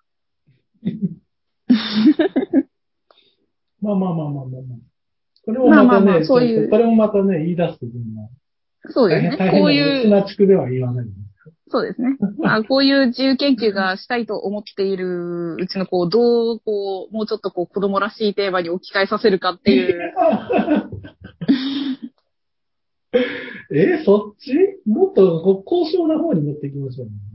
B: まあまあまあまあまあまあ。これもまたね、まあまあまあそういうこれもまたね、言い出すというのは、
C: そうですね。
B: 大変、こういう。砂地区では言わない。
C: そうですね。まあ、こういう自由研究がしたいと思っているうちの、こう、どう、こう、もうちょっとこう、子供らしいテーマに置き換えさせるかっていう。
B: え、そっちもっとこう高尚な方に持っていきましょう、ね。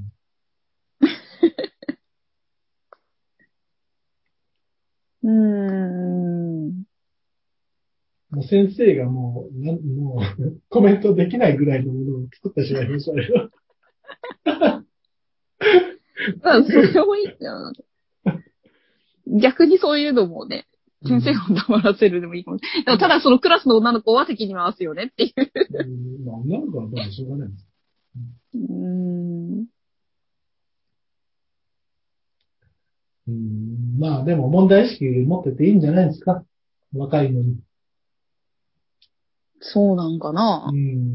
C: うーん。
B: もう先生がもう、なもうコメントできないぐらいのものを作ってしまいましたよ。
C: まあ、それもいいな。逆にそういうのもね、先生を黙らせるでもいいかもしれない。でもただそのクラスの女の子は敵に回すよねっていう。
B: うん、まあ女の子はまあしょうがないです。
C: うーん。
B: うん、まあでも問題意識持ってていいんじゃないですか。若いのに。
C: そうなんかな。
B: うん、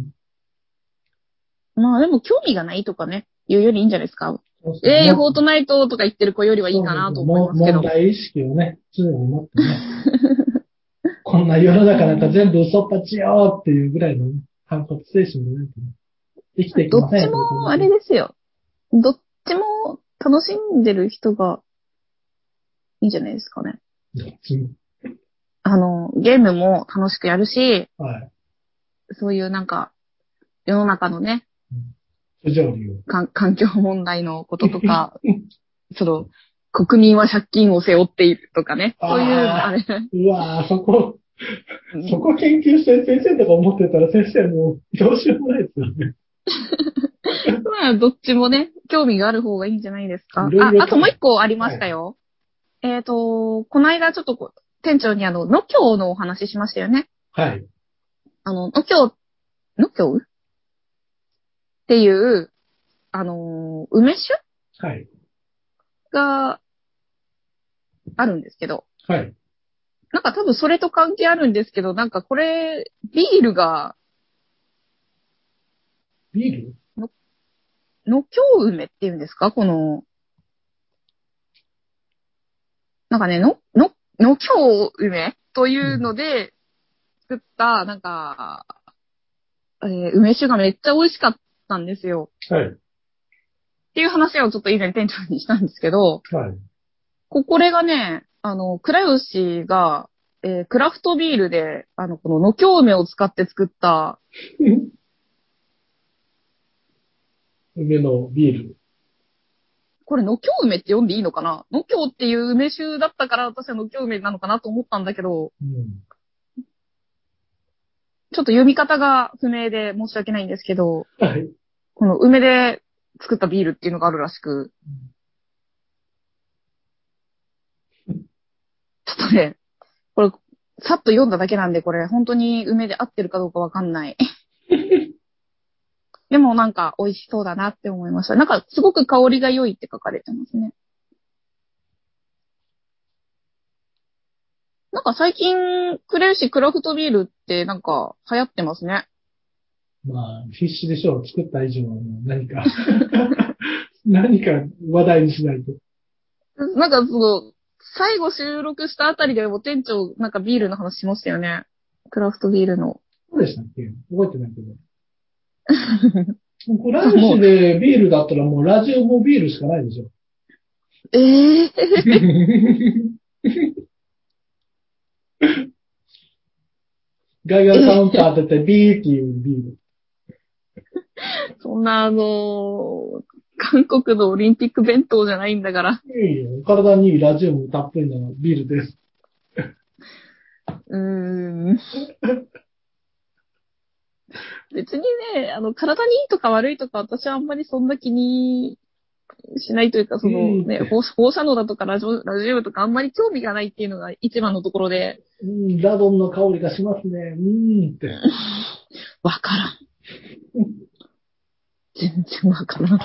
C: まあでも興味がないとかね、言うよりいいんじゃないですか。えー、フォートナイトとか言ってる子よりはいいかなと思いますけど。
B: 問題意識をね、常に持ってね。こんな世の中なんか全部嘘っぱちよっていうぐらいの反骨精神でないと、ね、生きていきませんよ。
C: どっちもあれですよ。どっちも楽しんでる人がいいんじゃないですかね。
B: どっちも。
C: あの、ゲームも楽しくやるし、
B: はい、
C: そういうなんか、世の中のね、
B: 不条理を。
C: 環境問題のこととか、その、国民は借金を背負っているとかね。そういう、あれ。
B: うわぁ、そこ、そこ研究してる先生とか思ってたら先生もうどうしようもないですよね。
C: まあ、どっちもね、興味がある方がいいんじゃないですか。いろいろあ、あともう一個ありましたよ。はい、えっと、この間ちょっとこう店長にあの、のきょうのお話ししましたよね。
B: はい。
C: あの、のきょう、のきょうっていう、あの、梅酒
B: はい。
C: があるんですけど。
B: はい。
C: なんか多分それと関係あるんですけど、なんかこれ、ビールが、
B: ビール
C: の、のきょう梅っていうんですかこの、なんかね、の、の、のきょう梅というので作った、なんか、えー、梅酒がめっちゃ美味しかったんですよ。
B: はい。
C: っていう話をちょっと以前店長にしたんですけど、
B: はい。
C: こ、これがね、あの、倉吉が、えー、クラフトビールで、あの、こののきょう梅を使って作った、
B: 梅のビール。
C: これのきょう梅って読んでいいのかな？のきょうっていう梅酒だったから私はのきょう梅なのかなと思ったんだけど、うん、ちょっと読み方が不明で申し訳ないんですけど、
B: はい、
C: この梅で作ったビールっていうのがあるらしく、うん、ちょっとね、これ、さっと読んだだけなんで、これ本当に梅で合ってるかどうかわかんない。でもなんか美味しそうだなって思いました。なんかすごく香りが良いって書かれてますね。なんか最近、クレイシークラフトビールってなんか流行ってますね。
B: まあ、必死でしょう。作った以上はもう何か、何か話題にしないと。
C: なんかその、最後収録したあたりでも店長なんかビールの話しましたよね。クラフトビールの。
B: そうでしたっけ？覚えてないけど。ランチでビールだったらもうラジオもビールしかないでしょ。
C: ええ
B: ー。ガイガーカウンター当ててビーっていうビール。
C: そんなあのー、韓国のオリンピック弁当じゃないんだから。
B: いいよ。体にいいラジオもたっぷりのビールです。
C: うーん。別にね、あの、体にいいとか悪いとか、私はあんまりそんな気にしないというか、そのね、放放射能だとかラジオ、ラジオとかあんまり興味がないっていうのが一番のところで。
B: うん、ラドンの香りがしますね。うーんって。
C: わからん。全然わからん。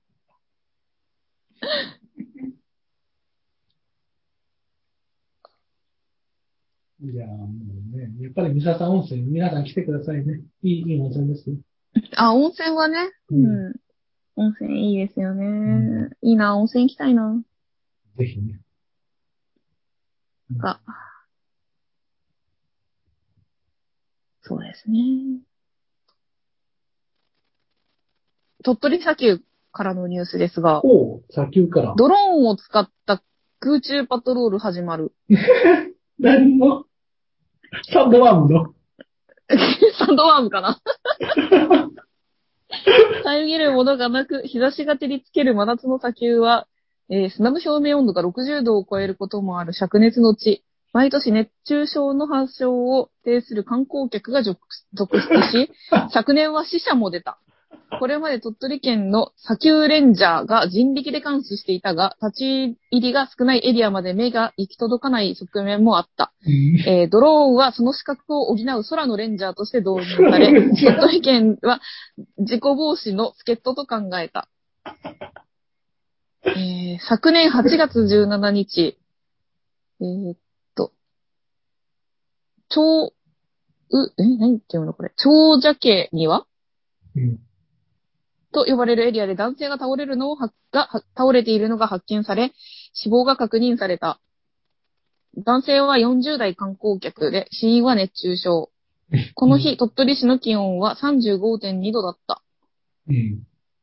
B: いやーもうね、やっぱり三笹温泉、皆さん来てくださいね。いい、いい温泉ですよ。
C: あ、温泉はね、
B: う
C: うんん。温泉いいですよね。
B: ん、
C: いいな、温泉行きたいな。
B: ぜひね。
C: が、そうですね。鳥取砂丘からのニュースですが、
B: ほう、砂丘から。
C: ドローンを使った空中パトロール始まる。
B: 何のサンドワームの
C: サンドワームかな遮るものがなく、日差しが照りつける真夏の砂丘は、えー砂の表面温度がろくじゅうどを超えることもある灼熱の地。毎年熱中症の発症を呈する観光客が続出し、昨年は死者も出た。これまで鳥取県の砂丘レンジャーが人力で監視していたが、立ち入りが少ないエリアまで目が行き届かない側面もあった。えードローンはその資格を補う空のレンジャーとして導入され、鳥取県は事故防止の助っ人と考えた。えー昨年はちがつじゅうしちにち、えーっと、超、う、え、何ていうのこれ、長者家には
B: うん
C: と呼ばれるエリアで男性が倒れるのをはがは倒れているのが発見され、死亡が確認された。男性はよんじゅう代観光客で、死因は熱中症。この日、鳥取市の気温は さんじゅうごてんにどだった。
B: うん。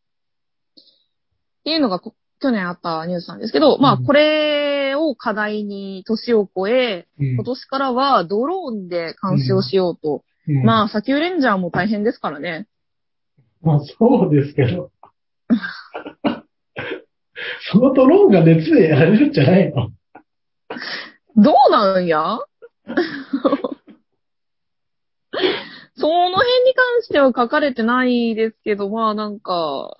C: っていうのがこ去年あったニュースなんですけど、まあ、これを課題に年を超え、
B: うん
C: 今年からはドローンで監視をしようと。
B: うん
C: まあ、砂丘レンジャーも大変ですからね。
B: まあそうですけど。そのドローンが熱でやられるんじゃないの？
C: どうなんやその辺に関しては書かれてないですけど、まあなんか、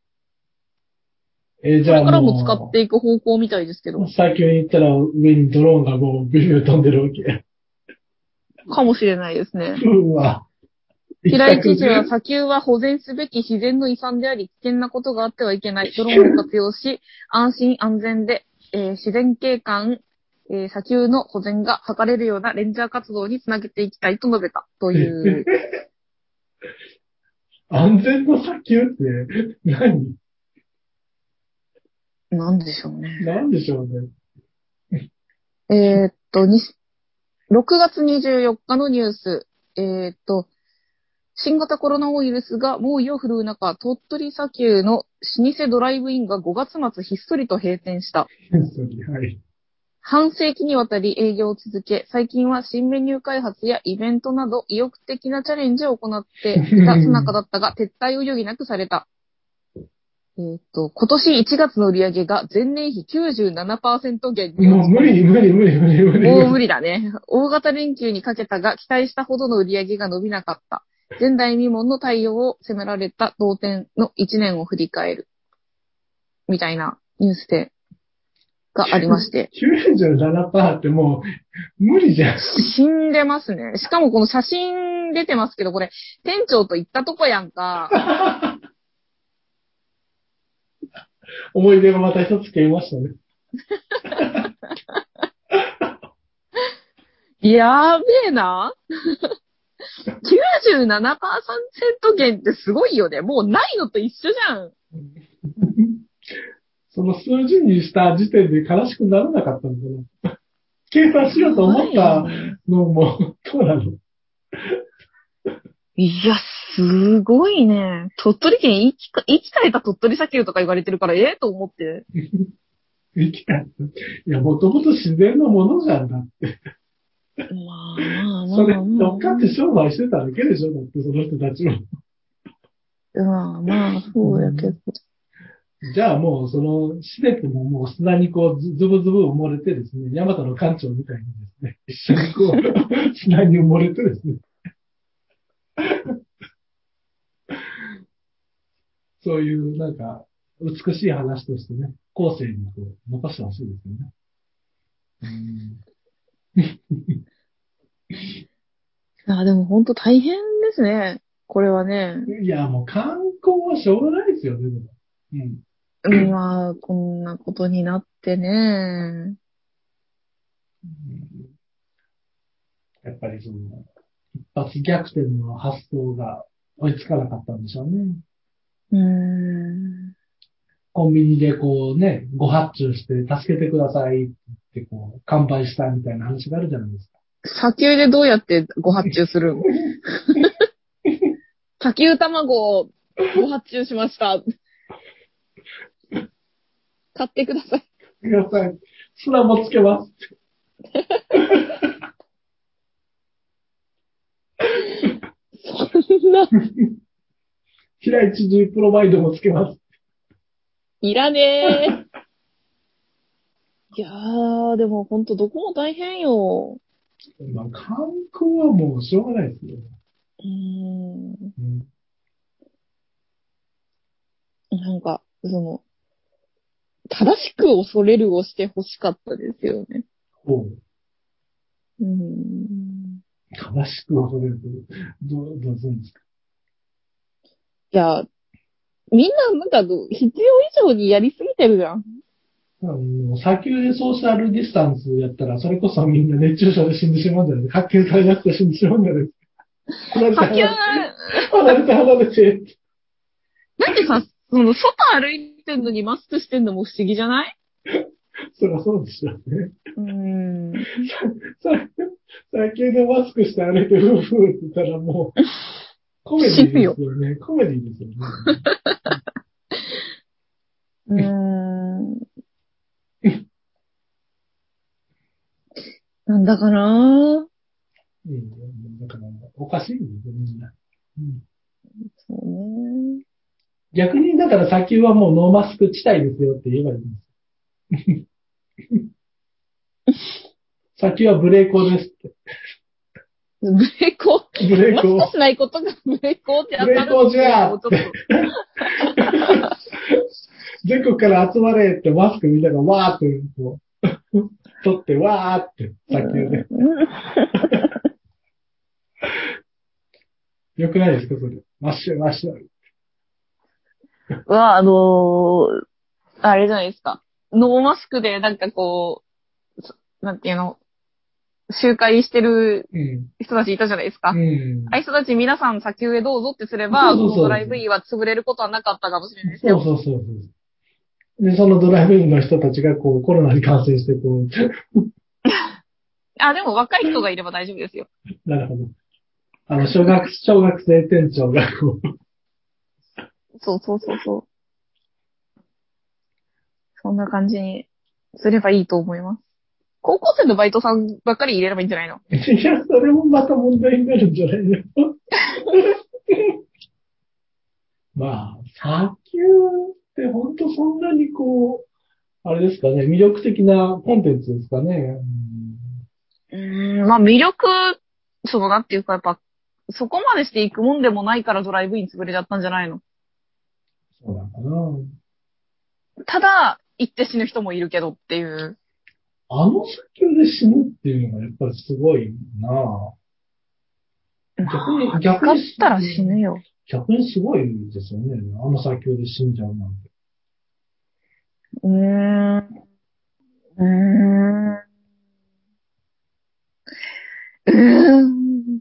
B: えーじゃあ
C: これからも使っ
B: も
C: ていく方向みたいですけど、
B: う、砂丘に行ったら上にドローンがもうビュービュー飛んでるわけ。
C: かもしれないですね。
B: うわ。
C: 平井知事は砂丘は保全すべき自然の遺産であり、危険なことがあってはいけない。ドローンを活用し、安心安全で、えー自然景観、えー砂丘の保全が図れるようなレンジャー活動につなげていきたいと述べたという。
B: 安全の砂丘って何？
C: なんでしょうね。
B: なんでしょうね。
C: えーっと、にろくがつにじゅうよっかのニュース。えーっと、新型コロナウイルスが猛威を振るう中、鳥取砂丘の老舗ドライブインがごがつ末ひっそりと閉店した。
B: はい。
C: 半世紀にわたり営業を続け、最近は新メニュー開発やイベントなど意欲的なチャレンジを行っていた最中だったが、撤退を余儀なくされた。えーっと、今年いちがつの売上が前年比 きゅうじゅうななパーセント 減に
B: もう無理無理無理無理無理。
C: もう無理だね。大型連休にかけたが、期待したほどの売上が伸びなかった。前代未聞の対応を責められた同店のいちねんを振り返る。みたいなニュースで、がありまして。
B: きゅうじゅうななパーセント ってもう無理じゃん。
C: 死んでますね。しかもこの写真出てますけど、これ、店長と行ったとこやんか。
B: 思い出がまた一つ消えましたね。
C: やべえな。きゅうじゅうななパーセント 減ってすごいよね。もうないのと一緒じゃん。
B: その数字にした時点で悲しくならなかったのかな。計算しようと思ったのも、そうなの。
C: いや、すごいね。鳥取県生きか、生き返った鳥取砂丘とか言われてるから、ええと思って。
B: 生き返った。いや、もともと自然のものじゃんだって。
C: まあまあまあ。
B: それ、乗っかって商売してただけでしょだって、その人たちも。
C: まあまあ、そうやけど。
B: じゃあもう、その、施設ももう砂にこう、ズズブズブ埋もれてですね、ヤマトの館長みたいにですね、一緒にこう、砂に埋もれてですね、そういうなんか、美しい話としてね、後世にこう、残してほしいですよね。
C: あ、でも本当大変ですね。これはね。
B: いや、もう観光はしょうがないですよね、でも。うん。
C: うんまあ、こんなことになってね。
B: やっぱりその、一発逆転の発想が追いつかなかったんでしょうね。
C: うーん。
B: コンビニでこうね、ご発注して助けてくださいって言ってこう、乾杯したみたいな話があるじゃないですか。
C: 砂丘でどうやってご発注するん？砂丘卵をご発注しました。買ってください。
B: ください。砂もつけます。
C: そんな、
B: 平市中プロマイドもつけます。
C: いらねえ。いやー、でもほんとどこも大変よ。
B: まあ、観光はもうしょうがないですよ。
C: うーん。
B: うん、
C: なんか、その、正しく恐れるをして欲しかったですよね。
B: ほう。
C: うーん。
B: 正しく恐れると、どう、どうするんですか？
C: いや、みんななんかど必要以上にやりすぎてるじゃん。
B: もう砂丘でソーシャルディスタンスやったら、それこそみんな熱中症で死んでしまうんじゃないですか。発見されなくて死んでしまうんじゃないですか。離れて
C: 砂丘
B: 離れて、離れて離れて。
C: だってさ、その、外歩いてんのにマスクしてんのも不思議じゃない？
B: そりゃそうですよね。
C: うーん。
B: さ砂丘でマスクして歩いてフーフーって言ったらもう、コメディで
C: 死ぬよ。
B: すよね。コメディですよね。
C: うーん。なんだかな。
B: うん、だから、おかしいんですよ、みんな。うん、
C: そうね。
B: 逆に、だから砂丘はもうノーマスク地帯ですよって言えばいいんです。砂丘はブレーコーですって。
C: ブレーコ
B: ブレ
C: ー、マス
B: ーコー。
C: クしないことがブレーコーって当たる
B: ブレーコーじゃーっ
C: のもちょっと。
B: 全国から集まれってマスクみんながわーってこう、取ってわーって砂丘で。よくないですか、それ。マッシュマッシュ。
C: は、あのー、あれじゃないですか。ノーマスクでなんかこう、そなんていうの、集会してる
B: うん。
C: 人たちいたじゃないですか。
B: うん。
C: ああいう人たち皆さん砂丘へどうぞってすれば、こ
B: そうそう
C: のドライブ
B: そう。
C: インは潰れることはなかったかもしれないですよ。
B: そうそうそうそう。で、そのドライブインの人たちがこう、コロナに感染してこう、
C: あ、でも若い人がいれば大丈夫ですよ。
B: なるほど。あの、小学、小学生店長がこう、
C: そうそうそうそう。そんな感じにすればいいと思います。高校生のバイトさんばっかり入れればいいんじゃないの？
B: いや、それもまた問題になるんじゃないの？まあ、砂丘って本当そんなにこう、あれですかね、魅力的なコンテンツですかね。
C: うーん、まあ魅力、そのなんていうかやっぱ、そこまでしていくもんでもないからドライブイン潰れちゃったんじゃないの？
B: そうなのかな。
C: ただ、行って死ぬ人もいるけどっていう。
B: あの砂丘で死ぬっていうのがやっぱりすごいなぁ。逆に、逆
C: 使っ
B: に、
C: たら死ぬよ。
B: 逆にすごいですよね。あの砂丘で死んじゃうなんて。
C: うーん。うーん。うーん。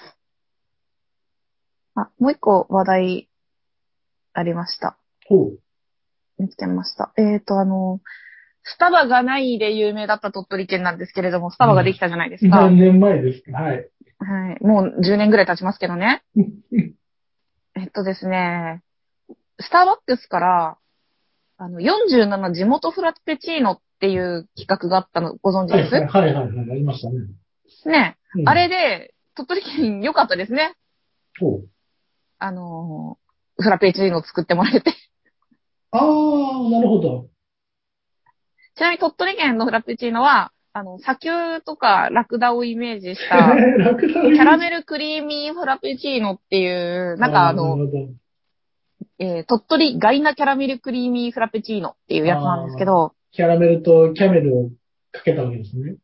C: あ、もう一個話題ありました。
B: ほう。
C: 見つけました。えっと、あの、スタバがないで有名だった鳥取県なんですけれども、スタバができたじゃないですか。
B: 何年前ですか？はい。
C: はい。もうじゅうねんぐらい経ちますけどね。えっとですね、スターバックスから、あの、よんじゅうなな地元フラペチーノっていう企画があったのご存知
B: はいはい
C: です？
B: はいはいはい、ありましたね。
C: ね。あ
B: うん。
C: れで、鳥取県良かったですね。
B: ほう。
C: あの、フラペチーノを作ってもらえて。
B: ああ、なるほど。
C: ちなみに鳥取県のフラペチーノは、あの、砂丘とかラクダをイメージした、
B: ラクダをイメージ
C: キャラメルクリーミーフラペチーノっていう、なんかあの、
B: あなるほど
C: えー、鳥取ガイナキャラメルクリーミーフラペチーノっていうやつなんですけど、
B: キャラメルとキャメルをかけたわけですね。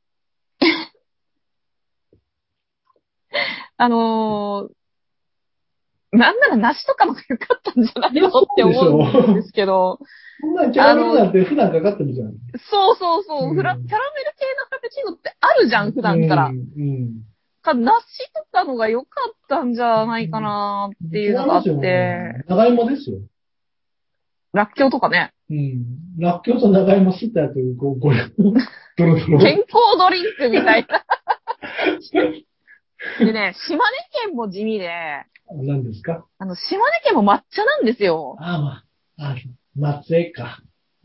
C: あのー、なんなら梨とかの方が良かったんじゃないのって思うんですけど、
B: そんなキャラメルなんて普段かかってるじゃん。
C: そうそうそう、
B: うん、
C: フラ、キャラメル系のフラペチーノってあるじゃん、普段から。
B: うんうん
C: か、梨とかのが良かったんじゃないかなっていうのがあって。
B: 長芋ですよ。
C: らっきょうとかね。
B: うん。らっきょうと長芋すったやつ、こう、これ、ドロドロ。
C: 健康ドリンクみたいな。でね、島根県も地味で。
B: 何ですか？
C: あの、島根県も抹茶なんですよ。
B: ああ、まあ、あ、松江か。うん。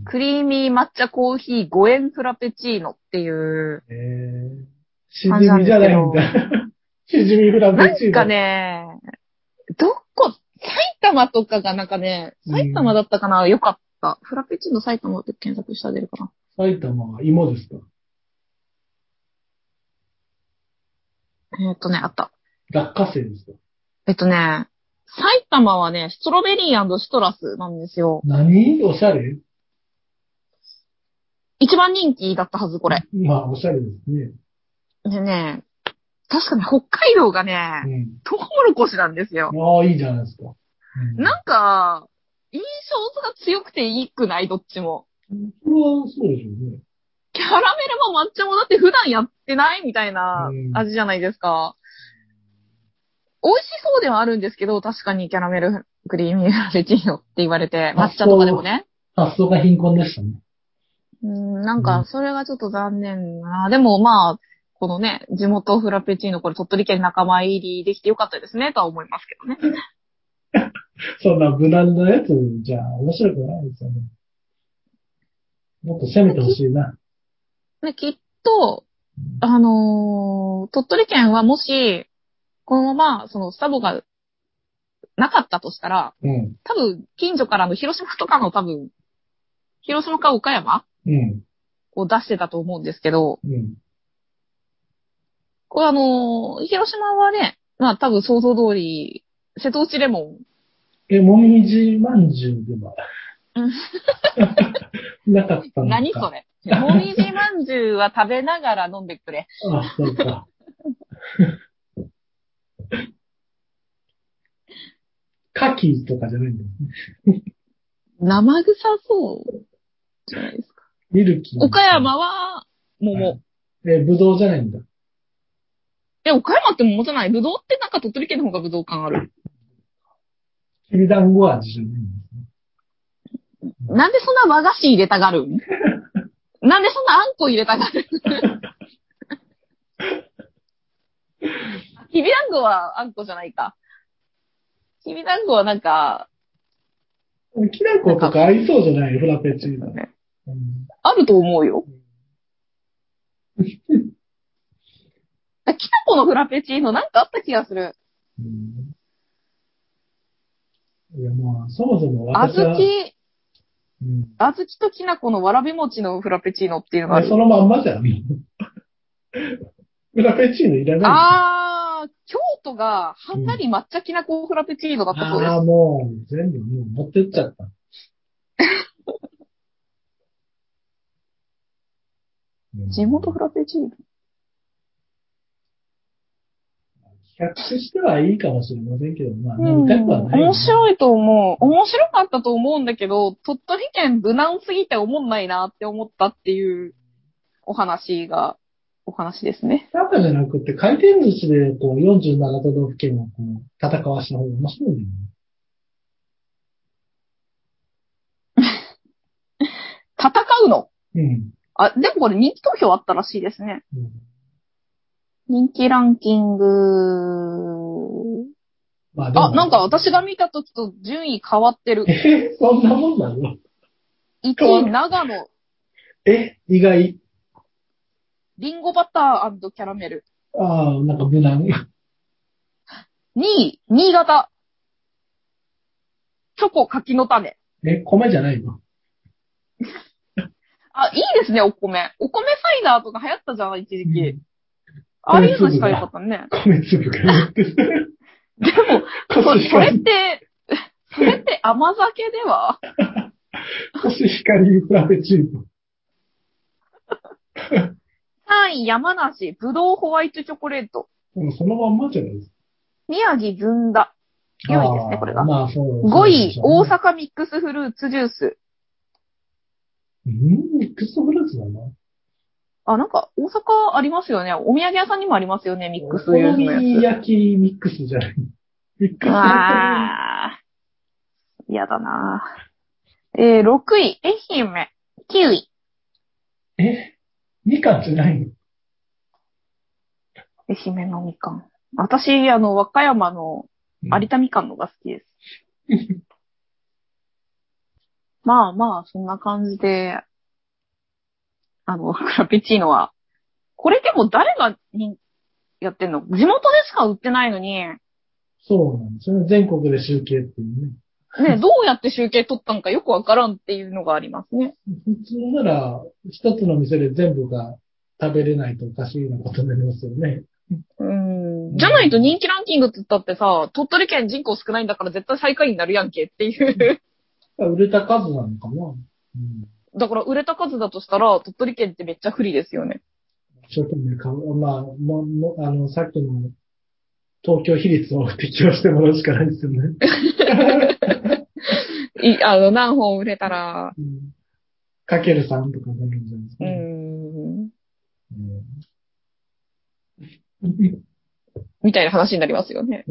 C: クリーミー抹茶コーヒーごえんフラペチーノっていう。
B: えー、しじみじゃないんだ。しじみフラペチーノ。
C: なんかね、どこ、埼玉とかがなんかね、埼玉だったかな、よかった。フラペチーノ埼玉って検索したら出るかな。
B: 埼玉は芋ですか？
C: えっとね、あった。
B: 落花生ですか？
C: えっとね、埼玉はね、ストロベリーシトラスなんですよ。
B: 何？おしゃれ？
C: 一番人気だったはず、これ。
B: まあ、おしゃれですね。
C: でね、確かに北海道がね、うん、トウモロコシなんですよ。
B: ああ、いいじゃないですか。
C: うん、なんか、印象が強くていいくない？どっちも。
B: それはそうでしょうね。
C: キャラメルも抹茶もだって普段やってないみたいな味じゃないですか。うん、美味しそうではあるんですけど、確かにキャラメルクリーミーフラペチーノって言われて、抹茶とかでもね。
B: 発想が貧困でしたね。
C: うん、なんか、それがちょっと残念な。うん、でもまあ、このね、地元フラペチーノ、これ鳥取県仲間入りできてよかったですね、とは思いますけどね。
B: そんな無難なやつじゃ面白くないですよね。もっと攻めてほしいな。
C: ね、きっと、あのー、鳥取県はもし、このまま、そのスタボがなかったとしたら、うん、多分、近所からの広島とかの多分、広島か岡山、うん、を出してたと思うんですけど、うん、これあのー、広島はね、まあ多分想像通り、瀬戸内レモン。
B: え、もみじまんじゅうではなかったのか。
C: 何それ。もみじまんじゅうは食べながら飲んでくれ。
B: あ、そうか。カキとかじゃないんだよね。
C: 生臭そうじゃないですか。
B: ミルキー。
C: 岡山は桃。
B: え、ぶどうじゃないんだ。
C: え、岡山って桃じゃない？ぶどうってなんか鳥取県の方がぶどう感ある。
B: きびだんご味じゃないんです
C: ね。なんでそんな和菓子入れたがるん？なんでそんなあんこ入れたがるきびだんごはあんこじゃないか。きびだんごはなんか、
B: きな粉とか合いそうじゃない？フラペチーノ。ね
C: うん、あると思うよ。きな粉のフラペチーノなんかあった気がする。うん、
B: いやまあ、そもそも私は。
C: 小豆、うん、小豆ときな粉のわらび餅のフラペチーノっていうのがある。
B: そのまんまじゃん。フラペチーノいらない。
C: あー、京都がはんなり抹茶きな粉フラペチーノだったそうです。
B: うん、ああ、もう、全部もう持ってっちゃった。
C: 地元フラペチーノ
B: 企画としてはいいかもしれませんけど、まあ、飲みたくはない、
C: ね、面白いと思う。面白かったと思うんだけど、鳥取県無難すぎて思んないなって思ったっていうお話が、お話ですね。
B: なんかじゃなくて、回転寿司でこうよんじゅうなな都道府県をこう戦わした方が面白いんだよ
C: ね。戦うの？
B: うん。
C: あ、でもこれ人気投票あったらしいですね。うん、人気ランキング。まあ、あ、なんか私が見た時と順位変わってる。
B: え、そんなもんなの？
C: いちい長野。
B: え、意外。
C: リンゴバター&キャラメル。
B: ああ、なんか無難。
C: にい、新潟。チョコ柿の種。
B: え、米じゃないの？
C: あ、いいですね、お米。お米サイダーとか流行ったじゃん、一時期。
B: うん、
C: ああいうのしたらよかったね。
B: 米粒が乗ってる。
C: でも、そ、それって、それって甘酒では？
B: コシヒカリフラペチーノ。
C: さんい、山梨、ぶどうホワイトチョコレート。
B: でもそのまんまじゃないですか。
C: 宮城ずんだ。よいですね、これが。
B: まあ、そう。
C: ごい、
B: そう
C: 大阪ミックスフルーツジュース。
B: うん、ミックスフルーツだな。
C: あ、なんか、大阪ありますよね。お土産屋さんにもありますよね、ミックスジ
B: お好
C: ュースのやつ。
B: み焼きミックスじゃない。ミックス
C: あー、嫌だな。えー、ろくい、愛媛、キウイ。
B: え、みかんじゃないの？
C: 愛媛のみかん。私、あの、和歌山の有田みかんのが好きです。
B: うん、
C: まあまあ、そんな感じで、あの、フラペチーノは。これでも誰がにやってんの？地元でしか売ってないのに、
B: そうなんですよね。全国で集計っていうね。
C: ね、どうやって集計取ったのかよくわからんっていうのがありますね。
B: 普通なら、一つの店で全部が食べれないとおかしいようなことになりますよね。
C: うーん。じゃないと人気ランキングって言ったってさ、鳥取県人口少ないんだから絶対最下位になるやんけっていう。
B: 売れた数なのかな。うん、
C: だから売れた数だとしたら、鳥取県ってめっちゃ不利ですよね。
B: 一生懸命買う。まあ、ももあの、さっきの東京比率を適用してもらうしかないですよね。
C: い、あの、何本売れたら、
B: うん、かけるさんとかになるんじゃないですか
C: うー
B: ね。
C: ん、
B: うん、
C: みたいな話になりますよね。
B: うん、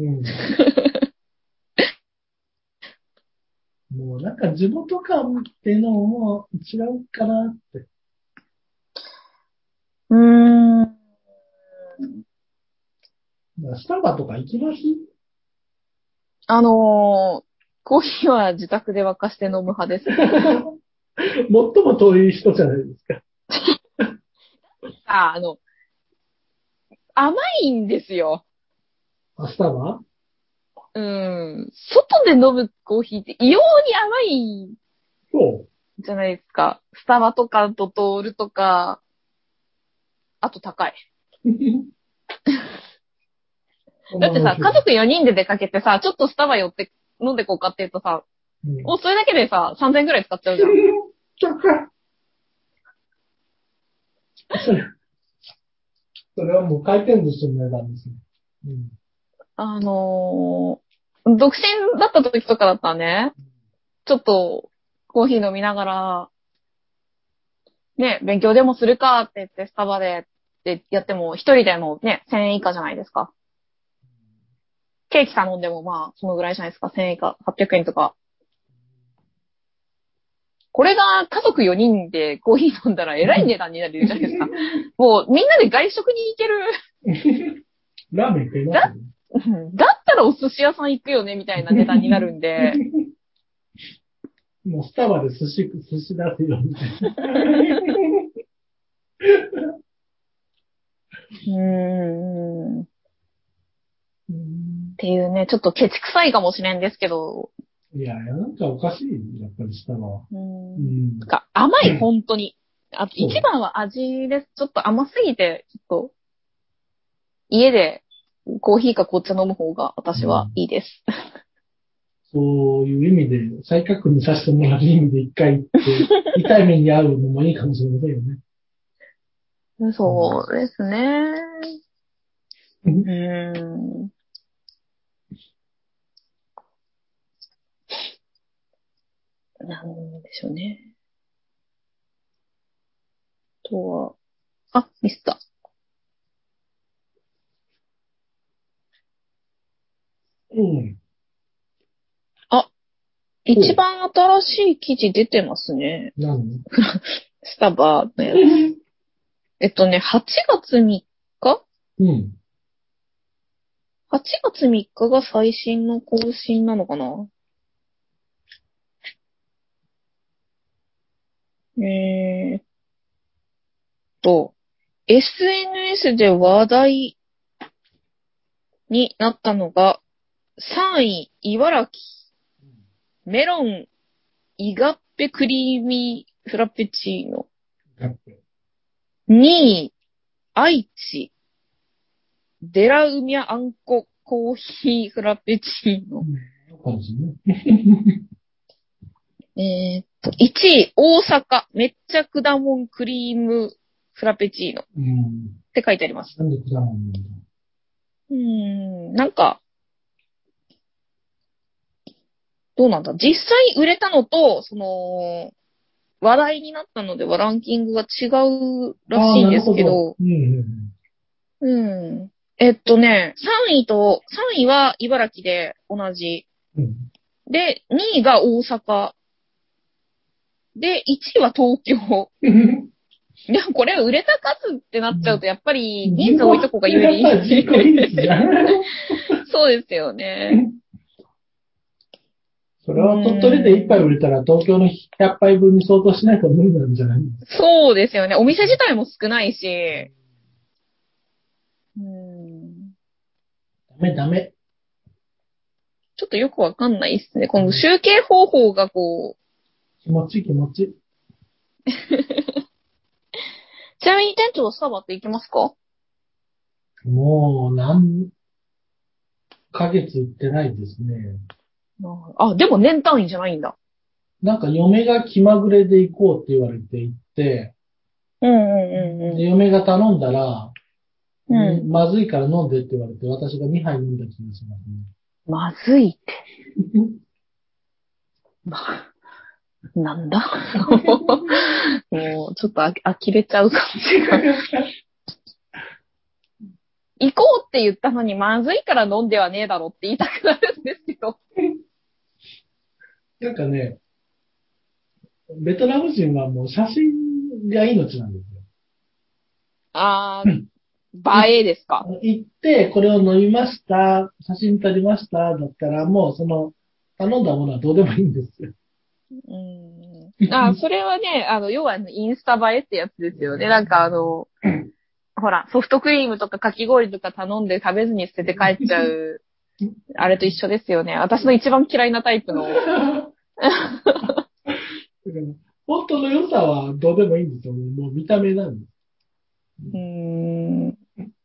B: もうなんか地元感っていうのも違うかなって。
C: うーん。
B: スタバとか行きます？
C: あのー、コーヒーは自宅で沸かして飲む派です。
B: 最も遠い人じゃないですか。
C: あ、あの、甘いんですよ。
B: あ、スタバ？
C: うん。外で飲むコーヒーって異様に甘い
B: そ
C: じゃないですか。スタバとかドトールとか、あと高い。
B: う。
C: だってさ、家族よにんで出かけてさ、ちょっとスタバ寄って飲んでこうかって言うとさ、
B: うん、
C: もうそれだけでさ、さんぜんえんくらい使っちゃうじゃん。
B: それ、それはもう回転寿司の値段ですね。うん、
C: あのー、独身だった時とかだったらね、ちょっとコーヒー飲みながら、ね、勉強でもするかって言ってスタバでってやっても、一人でもね、せんえん以下じゃないですか。ケーキ頼んでもまあ、そのぐらいじゃないですか。せんえん以下、はっぴゃくえんとか。これが家族よにんでコーヒー飲んだらえらい値段になるじゃないですか。もうみんなで外食に行ける。
B: ラーメン食いますよね。
C: だ、だったらお寿司屋さん行くよね、みたいな値段になるんで。
B: もうスタバで寿司、寿司出すよ、みたいな。
C: うーん。っ
B: うん、
C: ていうね、ちょっとケチくさいかもしれんですけど。
B: いや、なんかおかしい、やっぱりスタバは。
C: うーん。
B: うん、
C: か甘い、本当に。あと、
B: そう
C: 一番は味です。ちょっと甘すぎて、ちょっと、家でコーヒーか紅茶飲む方が私はいいです。
B: そういう意味で、再確認させてもらう意味で一回行って、痛い目に遭うのもいいかもしれませんよね。
C: そうですね。
B: う
C: うーん。なんでしょうね。あとは、あ、ミスった。
B: ん。
C: あ、一番新しい記事出てますね。
B: 何？
C: スタバのやつ。えっとね、はちがつみっか？
B: うん。
C: はち 月みっかが最新の更新なのかな？えーっと、エスエヌエス で話題になったのが、さんい、茨城、メロンイガッペクリーミーフラペチーノ。
B: ガッペ。
C: にい、愛知。デラウミャあんこコーヒーフラペチーノ。
B: うん、ね、
C: えーっと、いちい、大阪。めっちゃ果物クリームフラペチーノ。
B: うん。
C: って書いてあります。
B: なんで果物なんだ。
C: うーん、なんか、どうなんだ実際売れたのと、その、話題になったのではランキングが違うらしいんですけど、
B: どうんうん
C: うん。えっとね、さんいと、さんいは茨城で同じ。
B: うん、
C: で、にいが大阪。で、いちいは東京。でもこれ売れた数ってなっちゃうと、やっぱり人数多いとこが有利。
B: やっぱ人口比率じゃん。
C: そうですよね。
B: それは鳥取でいっぱい売れたら東京のひゃっぱいぶんに相当しないと無理なんじゃないですか。
C: そうですよね。お店自体も少ないし。うん。
B: ダメダメ。
C: ちょっとよくわかんないですね。この集計方法がこう。
B: 気持ちいい気持ちいい。
C: ちなみに店長スタバって行きますか？
B: もう何ヶ月売ってないですね。
C: あ、でも年単位じゃないんだ。
B: なんか嫁が気まぐれで行こうって言われて行って、
C: うんうんうんうん。
B: で嫁が頼んだら、
C: うん、
B: まずいから飲んでって言われて、私がにはい飲んだ気がしますね。
C: まずいって。ま、なんだもう、ちょっとあ呆れちゃう感じが。行こうって言ったのに、まずいから飲んではねえだろって言いたくなるんですけど。
B: なんかね、ベトナム人はもう写真が命なんですよ。
C: あー、映えですか？
B: 行って、これを飲みました、写真撮りました、だったらもうその、頼んだものはどうでもいいんですよ。
C: うん。あ、それはね、あの、要はインスタ映えってやつですよね。なんかあの、ほら、ソフトクリームとかかき氷とか頼んで食べずに捨てて帰っちゃう、あれと一緒ですよね。私の一番嫌いなタイプの。
B: 本当の良さはどうでもいいんですよ。もう見た目なんです。
C: うーん。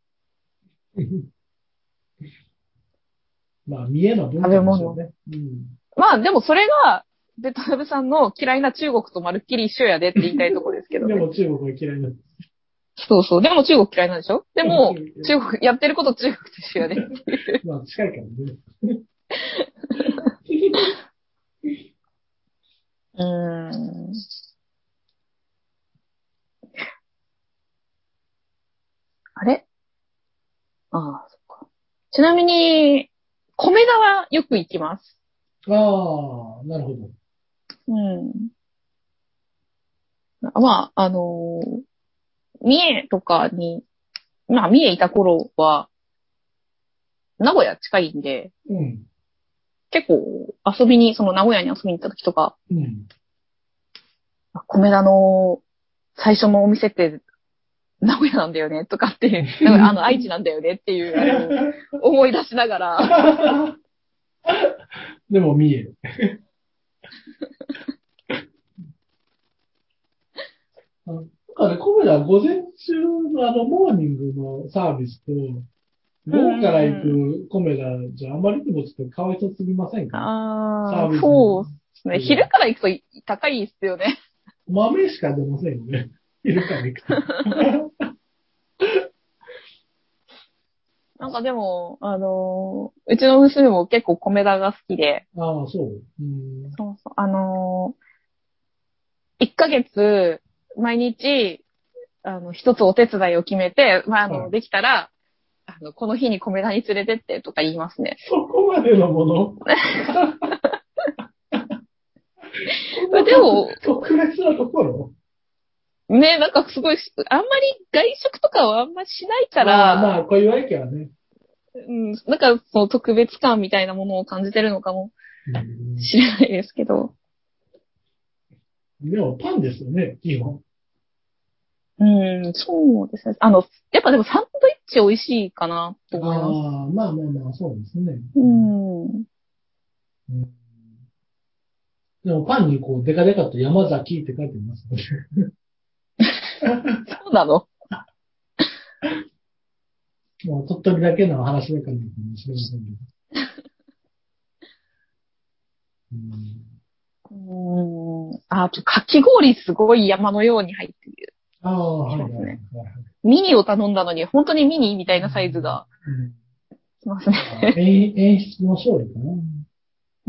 B: まあ、見えの文
C: 食べ
B: 化でしょう
C: 物。
B: ね。うん、
C: まあでもそれが、ベトナムさんの嫌いな中国とまるっきり一緒やでって言いたいところですけどね。
B: でも中国は嫌いなんです。
C: そうそう。でも中国嫌いなんでしょ？でも、
B: 中
C: 中国、やってること中国と一緒やでっていう。
B: まあ、近いからね。
C: うーん。あれああ、そっか。ちなみに、米田はよく行きます。
B: ああ、なるほど。
C: うん。まあ、あのー、三重とかに、まあ、三重いた頃は、名古屋近いんで、
B: うん。
C: 結構遊びに、その名古屋に遊びに行った時とか、
B: うん。
C: 米田の最初のお店って名古屋なんだよねとかっていう、なんかあの愛知なんだよねっていう、あの、思い出しながら。
B: でも見える。あれ、コメダ午前中のあのモーニングのサービスと、午後から行くコメダじゃあまりにもちょっとかわいそうすぎませんか？
C: ああ、
B: サービス
C: そうですね。昼から行くと高いですよね。
B: 豆しか出ませんよね。昼から行くと。
C: なんかでも、あのーうちの娘も結構米田が好きで、
B: ああ、そう。うん。
C: そうそう、あのー、いっかげつ、毎日、あの、一つお手伝いを決めて、まあ、あの、
B: はい。
C: できたら、あの、この日に米田に連れてってとか言いますね。
B: そこまでのものそんな
C: でも、
B: 特特別なところ
C: ね、なんかすごい、あんまり外食とかはあんましないか
B: ああ、ま
C: ら、
B: あ、小岩駅はね。
C: うん、なんかその特別感みたいなものを感じてるのかも
B: うん
C: しれないですけど。
B: でも、パンですよね、基本。
C: うん、そうですね。あの、やっぱでもサンドイッチ美味しいかなと思います。
B: ああ、まあまあまあ、そうですね。
C: うん。
B: うんでもパンにこう、デカデカと山崎って書いてますね。
C: そうなの？
B: もう鳥取だけの話だからかもしれませんけど。
C: うん。うーん。あ、ちょ、かき氷すごい山のように入ってる。
B: ああ、はいはいはい、
C: しますね。ミニを頼んだのに、本当にミニみたいなサイズが
B: うん
C: きますね。
B: 演演出の勝利かな。
C: うん。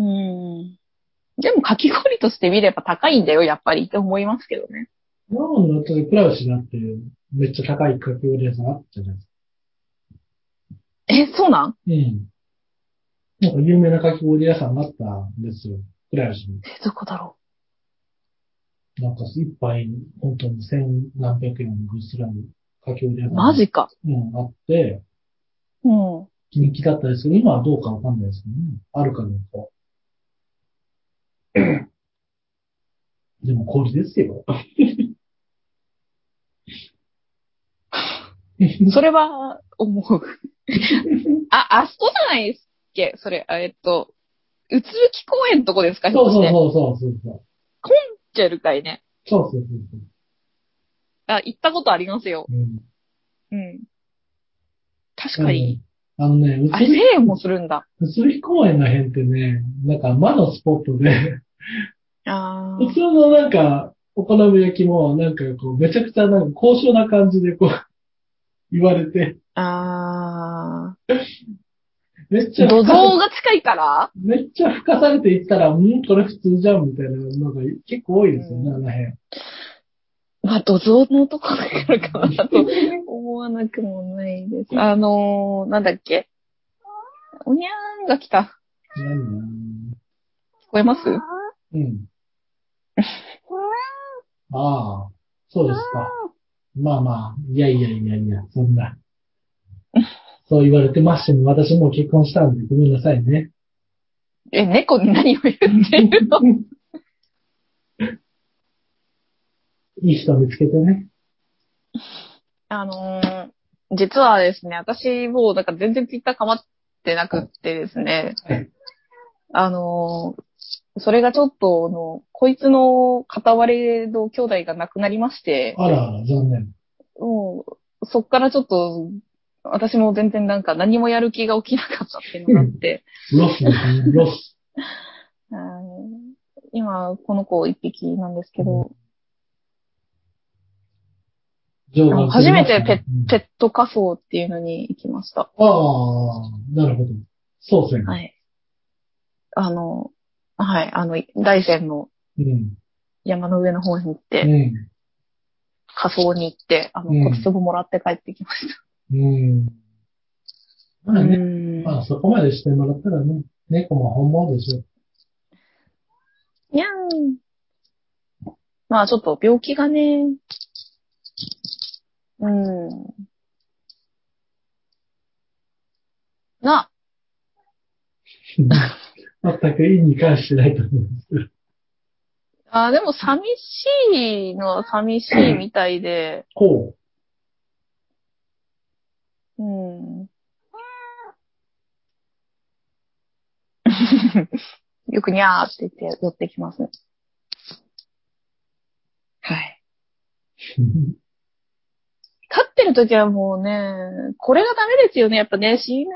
C: でもかき氷として見れば高いんだよ、やっぱりって思いますけどね。
B: なんだって、クラウシだって、めっちゃ高いかき氷屋さんあったじゃないですか。
C: え、そうなん？
B: うん。なんか有名なかき氷屋さんがあったんですよ。クラウシに。
C: え、どこだろ
B: なんか一杯、本当に千何百円のぐっすらいかき氷屋
C: う？
B: さんが、
C: マジか。
B: うん、あって、
C: うん。
B: 人気だったですけど、今はどうかわかんないですけどね。あるかどうか。でも氷ですよ。
C: それは、思う。あ、あそこじゃないですっけ？それ、あえっと、うつぶき公園のとこですか？ひょっ
B: そうそう
C: として。
B: そうそうそうそう。
C: コンチェルかいね。
B: そうそうそうそう。
C: あ、行ったことありますよ。
B: うん。
C: うん。確
B: うん。
C: かに。
B: あのね、うつ
C: あれ、
B: ぶ
C: せんえんもするんだ。
B: うつぶき公園の辺ってね、なんか魔のスポットで、普通
C: あ
B: のなんか、お好み焼きも、なんかこう、めちゃくちゃなんか高尚な感じでこう、言われて、
C: あ。あ
B: めっち
C: あ。土
B: ゃ吹かさ、
C: 蔵が近いから？
B: めっちゃ吹かされていったら、うん、これ普通じゃんみたいなのが結構多いですよね、あ
C: うん。
B: の辺。
C: まあ、土蔵のところからかなと思わなくもないです。あのー、なんだっけ？おにゃーんが来た。
B: 何な
C: 聞こえます？
B: うん。ああ、そうですか。まあまあ、いやいやいやいや、そんな。そう言われてましても、私もう結婚したんで、ごめんなさいね。
C: え、猫に何を言ってるの？
B: いい人見つけてね。
C: あのー、実はですね、私もうなんか全然ツイッターかまってなくってですね、
B: はい。
C: あのー、それがちょっと、あの、こいつの片割れの兄弟が亡くなりまして、
B: あら、残念。
C: もう、そっからちょっと、私も全然なんか何もやる気が起きなかったっていうのがあって、
B: ロスですね、ロス。
C: あの今、この子一匹なんですけど、あの
B: 情が移り
C: 初めて
B: ましたね。うん、
C: ペペット仮装っていうのに行きました。
B: ああ、なるほど。そうですね。
C: はい。あの、はい、あの、大山の
B: うん。
C: 山の上の方に行っ
B: う
C: て、
B: ん。
C: 仮装に行って、あの、骨
B: うん。
C: 壺もらって帰ってきました。
B: うん。
C: う
B: まあね。
C: ーん。
B: まあそこまでしてもらったらね、猫も本望でしょう。
C: にゃーん。まあちょっと病気がね、うん。な、
B: 全く意に関してないと思うんですけど。
C: あ、でも寂しいのは寂しいみたいで、
B: こ
C: うん。よくにゃーって言って寄ってきますね。はい。
B: う。
C: 飼ってる時はもうね、これがダメですよね。やっぱね、死ぬ、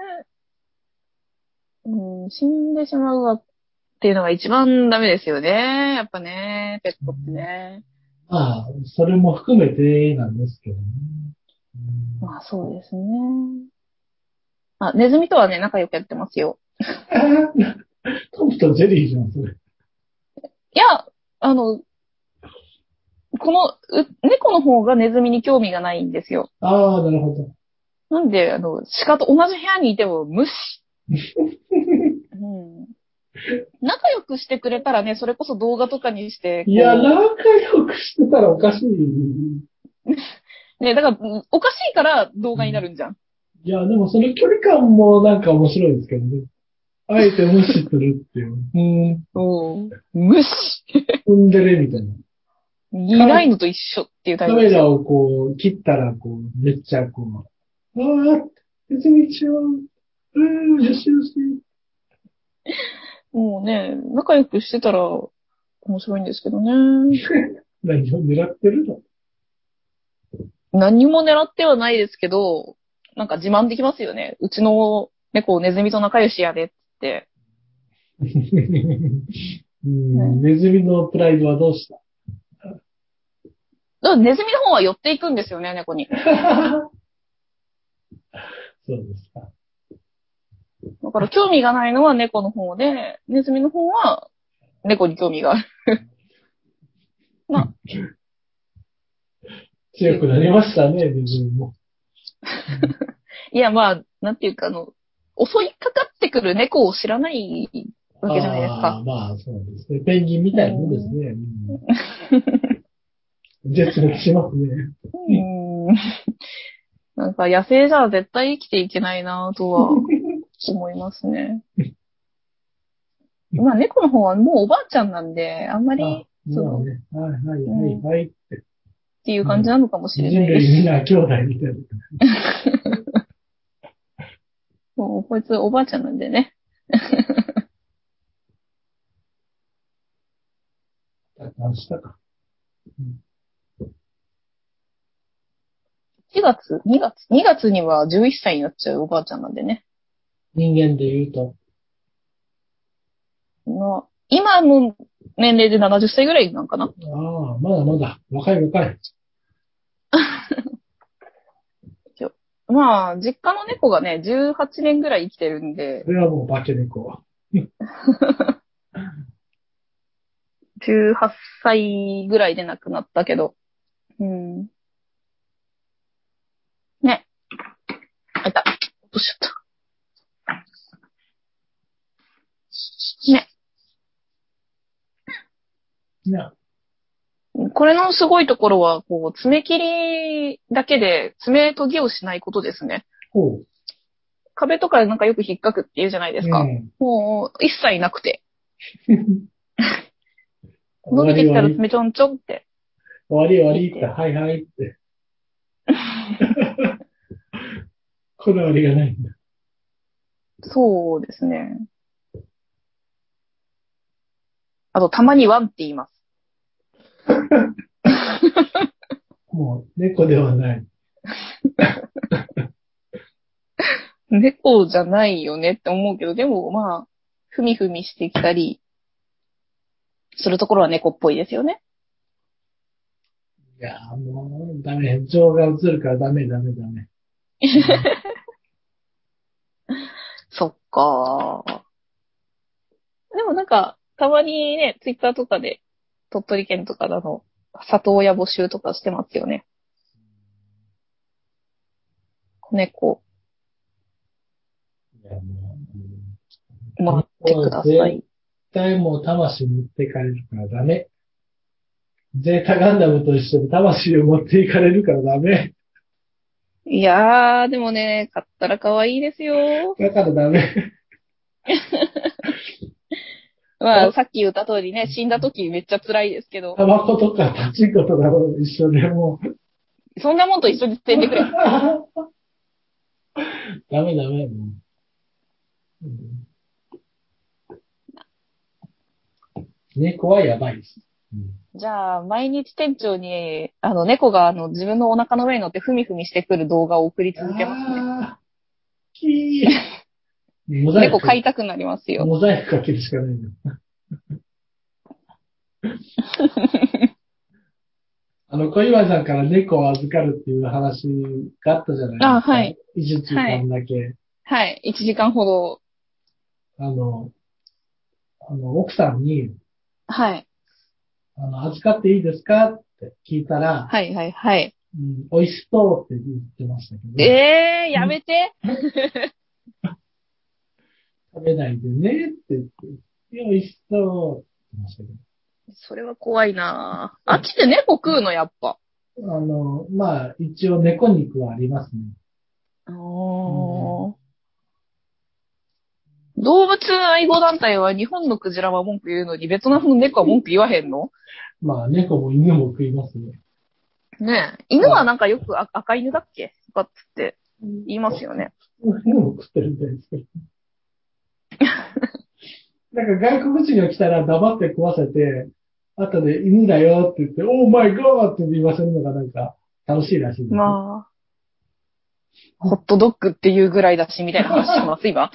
C: うん、死んでしまうわっていうのが一番ダメですよね。やっぱね、ペットってね。
B: まあ、それも含めてなんですけどね。
C: まあそうですね。あ、ネズミとはね、仲良くやってますよ。
B: うん、トムとジェリーじゃん、それ。
C: いや、あの、この、う猫の方がネズミに興味がないんですよ。
B: ああ、なるほど。
C: なんで、あの、鹿と同じ部屋にいても無視。うん。仲良くしてくれたらね、それこそ動画とかにして、
B: いや、
C: こ
B: 仲良くしてたらおかしい。
C: う、ね、だから、うんおかしいから動画になるんじゃん。
B: いや、でもその距離感もなんか面白いですけどね。あえて無視するっていう。うん。
C: うん。無視。
B: ツンデレみたいな。
C: いないのと一緒っていうタイ
B: カ
C: プですよ。
B: メラをこう、切ったら、こう、めっちゃこう、ああ、別に一応、うん、よしよし。
C: もうね、仲良くしてたら、 面白いんですけどね。
B: 何を狙ってるの？
C: 何も狙ってはないですけど、なんか自慢できますよね。うちの猫、ネズミと仲良しやでって。
B: うん、ネズミのプライドはどうした？
C: だからネズミの方は寄っていくんですよね、猫に。
B: そうですか。
C: だから興味がないのは猫の方で、ネズミの方は猫に興味がある。まあ、
B: 強くなりましたね、ネズミも。
C: いや、まあ、なんていうか、あの、襲いかかってくる猫を知らないわけじゃないですか。
B: ああ、まあ、そうですね。ペンギンみたいなもんですね。うん、絶滅しますね。
C: うんなんか野生じゃ絶対生きていけないなとは思いますね。まあ猫の方はもうおばあちゃんなんで、あんまり、
B: あ、もうね、はいはいはいはいって。
C: っていう感じなのかもしれないです。
B: 人類みんな兄弟みたい
C: な。もうこいつおばあちゃんなんでね。
B: 明日か。
C: いちがつ、にがつ、にがつにはじゅういっさいになっちゃうおばあちゃんなんでね。
B: 人間で言うと。
C: まあ、今の年齢でななじゅっさいぐらいなんかな。
B: ああ、まだまだ。若い若い。
C: まあ、実家の猫がね、じゅうはちねんぐらい生きてるんで。
B: それはもう化け猫。
C: じゅうはっさいぐらいで亡くなったけど。うん。ね。あいた。落としちゃった。ね。
B: いや。
C: これのすごいところは、こう、爪切りだけで爪研ぎをしないことですね。
B: ほう。
C: 壁とかでなんかよく引っかくって言うじゃないですか。うん、もう、一切なくて。伸びてきたら爪ちょんちょんって。
B: 終わり終わりって、はいはいって。こだわりがないんだ。
C: そうですね。あと、たまにワンって言います。
B: もう、猫ではない。
C: 猫じゃないよねって思うけど、でもまあ、ふみふみしてきたり、するところは猫っぽいですよね。
B: いやーもう、ダメ。情が映るからダメダメダメ。
C: そっかー。でもなんか、たまにね、ツイッターとかで、鳥取県とかだの、里親募集とかしてますよね。子猫。
B: いやも
C: う、もらってください。
B: 絶対もう魂持っていかれるからダメ。ゼータガンダムと一緒に魂を持っていかれるからダメ。
C: いやー、でもね、買ったら可愛いですよ。
B: だからダメ。
C: まあ、さっき言った通りね、死んだ時めっちゃ辛いですけど。
B: タバコとかパチンコとかと一緒でも
C: う。そんなもんと一緒に捨てんでくれ。ダ
B: メダメ。もううん、猫はやばいです。
C: うん、じゃあ、毎日店長に、あの、猫があの、自分のお腹の上に乗ってふみふみしてくる動画を送り続けますね。あー、
B: キー。
C: 猫飼いたくなりますよ。
B: モザイクかけるしかないんだ。あの、小岩さんから猫を預かるっていう話があったじゃないですか。あ、はい。いちじかんだけ。
C: はい。いちじかんほど。
B: あの、あの、奥さんに、
C: はい。
B: あの、預かっていいですかって聞いたら、
C: はいはいはい。
B: うん、美味しそうって言ってましたけど。
C: ええー、やめて。
B: 食べないでねって言って、美味しそうって言ってましたけど。
C: それは怖いなぁ。あっちで猫食うの、やっぱ。
B: あの、まあ、一応猫肉はありますね。
C: おー。うん、動物愛護団体は日本のクジラは文句言うのに、ベトナムの猫は文句言わへんの？
B: まあ、猫も犬も食いますね。
C: ねえ。犬はなんかよくあ赤犬だっけとかって言いますよね。
B: 犬も食ってるみたいですけど。なんか外国人が来たら黙って食わせて、 後で犬だよって言って、オーマイゴーって言わせるのがなんか楽しいらしいです。
C: まあ、ホットドッグっていうぐらいだし、みたいな話します、今。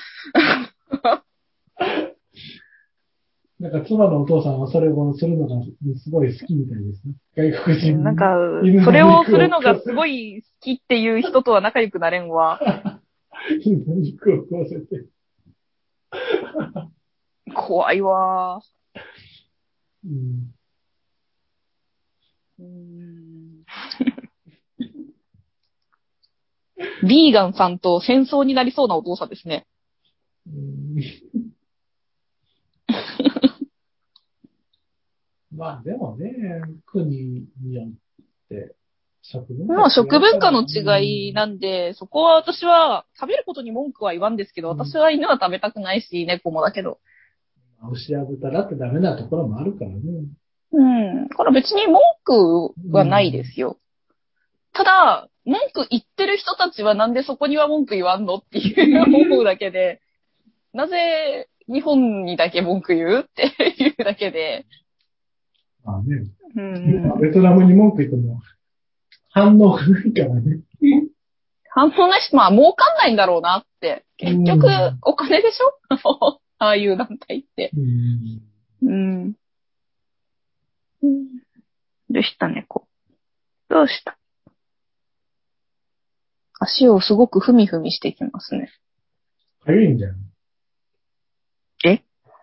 B: なんか妻のお父さんはそれをするのがすごい好きみたいですね。外国人
C: なんか、それをするのがすごい好きっていう人とは仲良くなれんわ。
B: 犬の肉を食わせて。
C: 怖いわ。
B: うん。
C: うーんビーガンさんと戦争になりそうなお父さんですね。
B: うんまあでもね、国によって食文化
C: まあ食文化の
B: 違
C: 違いなんで、そこは私は食べることに文句は言わんですけど、
B: うん
C: 私は犬は食べたくないし、猫もだけど。
B: 牛や豚だってダメなところもあるからね。
C: うん。だから別に文句はないですよ。ただ、文句言ってる人たちはなんでそこには文句言わんのっていう思うだけで、なぜ日本にだけ文句言うっていうだけで。
B: まあね。
C: うん、
B: ベトナムに文句言っても反応がないからね。
C: 反応ないし、まあ儲かんないんだろうなって。結局、お金でしょああいう団体って。うん。うん。どうした猫。どうした足をすごくふみふみしていきますね。
B: かゆいんじゃん。
C: え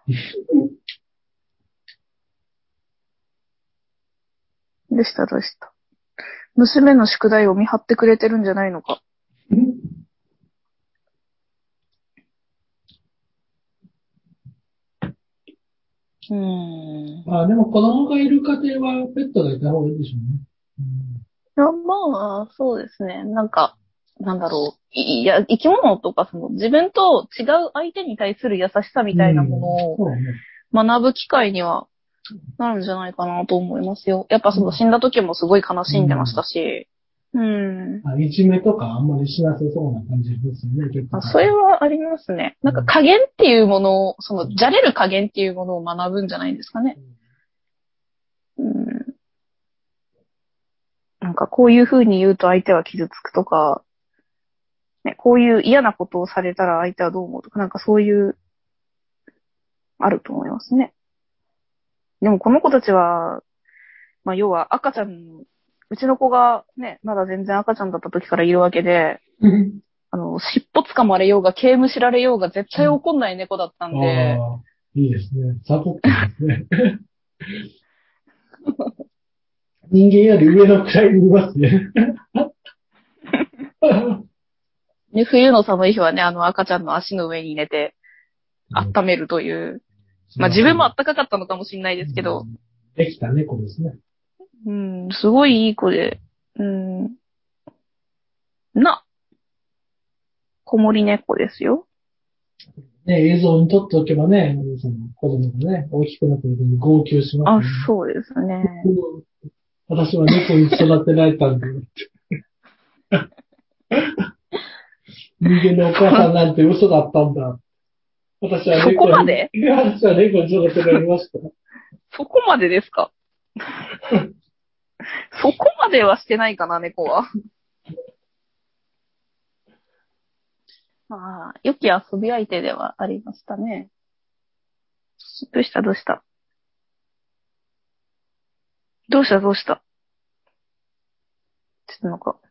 C: どうしたどうした娘の宿題を見張ってくれてるんじゃないのか。うーん。
B: まあでも子供がいる家庭はペットがいた方がいいでしょうね。
C: いや、まあ、そうですね。なんか、なんだろう。いや、生き物とか、その、自分と違う相手に対する優しさみたいなものを学ぶ機会にはなるんじゃないかなと思いますよ。やっぱその死んだ時もすごい悲しんでましたし。うん。
B: あ、いじめとかあんまりしなさそうな感じですよね、
C: あ、それはありますね。なんか加減っていうものを、その、じゃれる加減っていうものを学ぶんじゃないですかね。うん。なんかこういう風に言うと相手は傷つくとか、ね、こういう嫌なことをされたら相手はどう思うとか、なんかそういう、あると思いますね。でもこの子たちは、まあ要は赤ちゃん、うちの子がね、まだ全然赤ちゃんだった時からいるわけで、あの、尻尾掴まれようが、刑務しられようが絶対怒んない猫だったんで。
B: ああ、いいですね。サボってですね。人間より上の位にいますね。
C: で、冬の寒い日はね、あの赤ちゃんの足の上に寝て、温めるという。まあ自分も暖かかったのかもしれないですけど。
B: できた猫ですね。
C: うん、すごいいい子で。うん。な、子守猫ですよ。
B: ね、映像に撮っておけばね、その子供がね、大きくなった時に号泣しますね。
C: あ、そうですね。
B: 私は猫に育てられたんだよって。人間のお母さんなんて嘘だったんだ。私は猫に、
C: そこまで
B: 私は猫に育てられました。
C: そこまでですかそこまではしてないかな、猫は。まあ、良き遊び相手ではありましたね。どうしたどうしたどうしたどうしたちょっとなんか、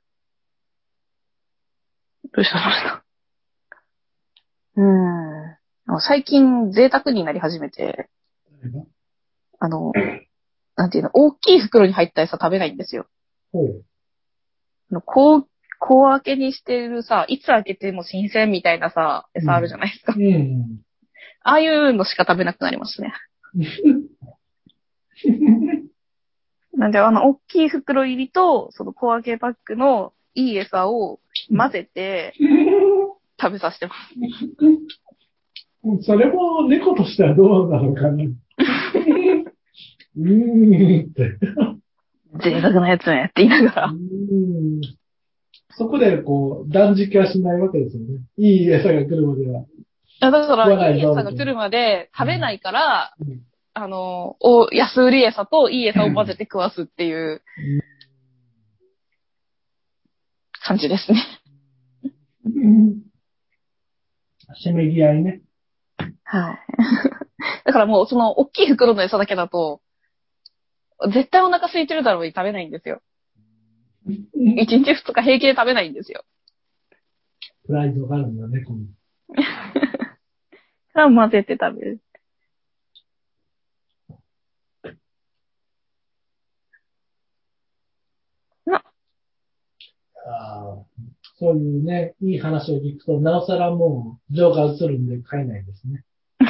C: どうしたどうしたうーん。最近贅沢になり始めて、あの、なんていうの、大きい袋に入った餌食べないんですよ。
B: ほう。
C: あの、こう、小分けにしてるさ、いつ開けても新鮮みたいなさ、餌あるじゃないですか。
B: うん。うん、
C: ああいうのしか食べなくなりましたね。なんで、あの、大きい袋入りと、その小分けパックのいい餌を混ぜて、食べさせてます。
B: それも猫としてはどうなのかな。うーんって。
C: 贅沢なやつねって言いながら。
B: うーんそこでこう、断食はしないわけですよね。いい餌が来るまでは。
C: だから、いい餌が来るまで食べないから、
B: うんうん、
C: あの、お安売り餌といい餌を混ぜて食わすっていう感じですね。
B: せめぎ合いね。
C: はい。だからもうその大きい袋の餌だけだと、絶対お腹空いてるだろうに食べないんですよ。一日二日平気で食べないんですよ。
B: プライドがあるんだね、この。
C: から混ぜて食べる。な。
B: ああ、そういうね、いい話を聞くと、なおさらもう情が移るんで買えないですね。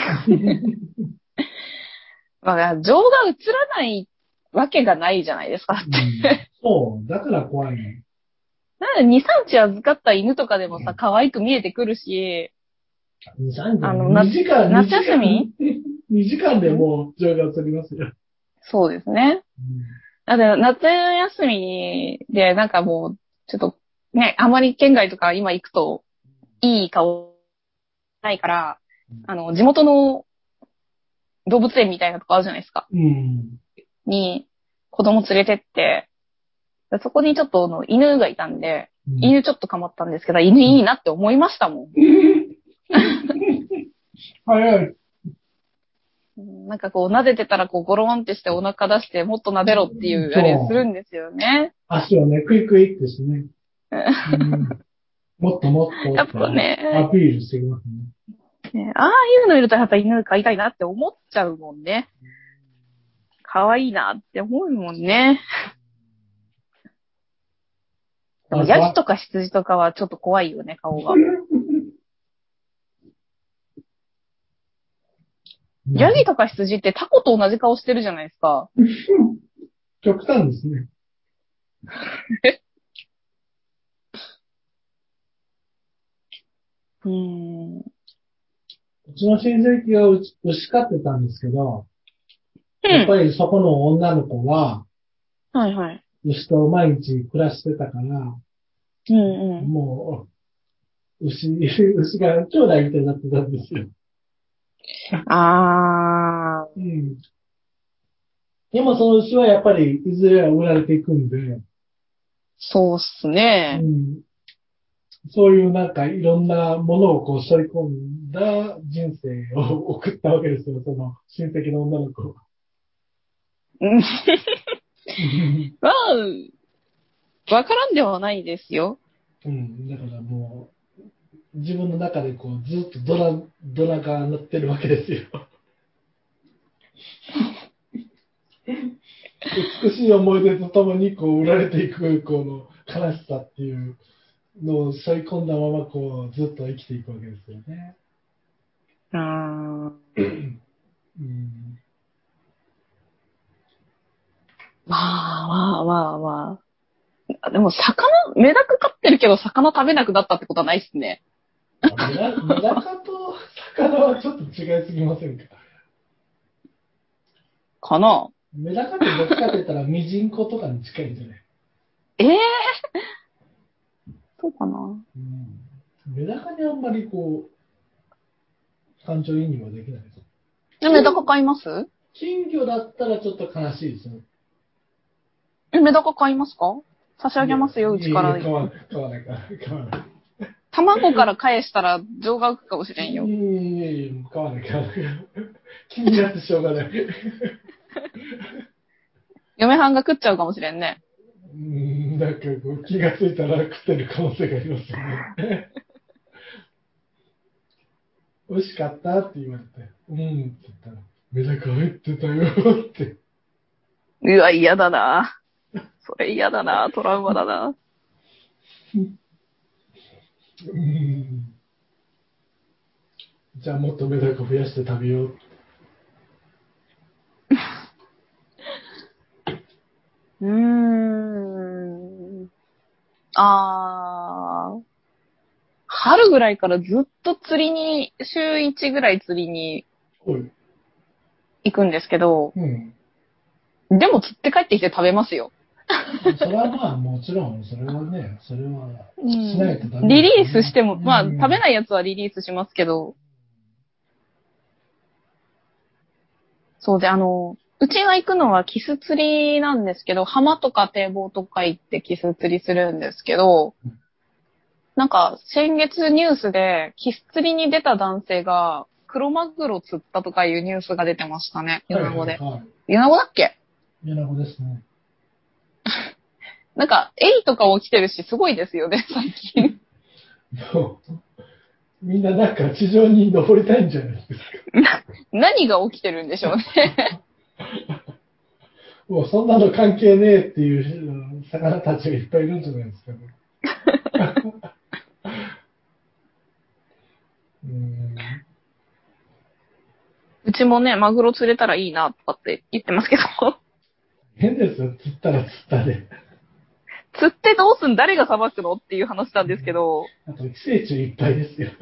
C: まあ、情が移らないわけがないじゃないですか。
B: うん、そう、だから怖いね。
C: なんでに、さんにち預かった犬とかでもさ、可愛く見えてくるし、
B: に、さんじ
C: あの、
B: にじかん、
C: 夏休み
B: にじかんでもう情が移りますよ。
C: そうですね。
B: うん、
C: だって夏休みで、なんかもう、ちょっと、ね、あまり県外とか今行くと、いい顔ないから、あの、地元の動物園みたいなとこあるじゃないですか。
B: うん、
C: に、子供連れてって、そこにちょっとの犬がいたんで、うん、犬ちょっと構ったんですけど、犬いいなって思いましたもん。
B: 早い。
C: なんかこう、撫でてたらこう、ゴロンってしてお腹出して、もっと撫でろっていう、あれするんですよね。
B: 足をね、クイクイってしてね。うん、もっともっと
C: やっぱね、
B: アピールしてきますね。
C: ね、ああいうのいるとやっぱ犬飼いたいなって思っちゃうもんね。可愛いなって思うもんね。でもヤギとか羊とかはちょっと怖いよね、顔が。ヤギとか羊ってタコと同じ顔してるじゃないですか。
B: 極端ですね。
C: うーん。
B: うちの親戚が牛飼ってたんですけど、うん、やっぱりそこの女の子は、
C: はいはい。
B: 牛と毎日暮らしてたから、
C: うんうん、
B: もう、牛、牛が兄弟みたいになってたんですよ。
C: あー。
B: うん。でもその牛はやっぱりいずれは売られていくんで。
C: そうっすね。
B: うん。そういうなんかいろんなものをこう背負い込んだ人生を送ったわけですよ、その親戚の女の子は。
C: まあ、わからんではないですよ。
B: うん、だからもう、自分の中でこうずっとドラ、ドラが鳴ってるわけですよ。美しい思い出とともにこう売られていくこの悲しさっていうのを背負い込んだままこうずっと生きていくわけですよね。
C: うーん。うん、まあまあまあまあ。でも魚、メダカ飼ってるけど魚食べなくなったってことはないっすね。
B: メダ、メダカと魚はちょっと違いすぎませんか？
C: かな？
B: メダカってどっちかって言ったらミジンコとかに近いんじゃない？
C: ええー、そうかな、うん、
B: メダカにあんまりこう、感情移入はできないです。
C: メダカ飼います？
B: 金魚だったらちょっと悲しいですね。
C: え、メダカ買いますか？差し上げますよ、うちから。
B: いやいや、買わない、買わない、買わない。
C: 卵から返したら情が浮くかもしれんよ。
B: いやいやいや、買わない、買わない。気になってしょうがない。
C: 嫁はんが食っちゃうかもしれんね。
B: うん、なんかこう気がついたら食ってる可能性がありますよね。美味しかったって言われて、うんって言ったら、メダカ入ってたよって。
C: うわ、嫌だな。それ嫌だな。トラウマだな。
B: うん、じゃあもっとメダカ増やして食べよう。
C: うーん。あー。春ぐらいからずっと釣りに、週いちぐらい釣りに行くんですけど、うん、でも釣って帰ってきて食べますよ。
B: それはまあもちろん、それはね、それはしないとダメです、ね、
C: うん、リリースしても、まあ食べないやつはリリースしますけど。 そうで、あの、うちが行くのはキス釣りなんですけど、浜とか堤防とか行ってキス釣りするんですけど、なんか先月ニュースでキス釣りに出た男性が黒マグロ釣ったとかいうニュースが出てましたね、米子で。はいはいはい、米子だっけ？
B: 米子ですね。
C: なんか、エイとか起きてるし、すごいですよね、最近。
B: みんななんか地上に登りたいんじゃないですか。
C: 何が起きてるんでしょうね。
B: もうそんなの関係ねえっていう魚たちがいっぱいいるんじゃないですかね。うーん、
C: うちもね、マグロ釣れたらいいな、とかって言ってますけど。
B: 変ですよ、釣ったら釣ったで。
C: 釣ってどうすん？誰がさばくのっていう話なんですけど。
B: あと、寄生虫いっぱいですよ。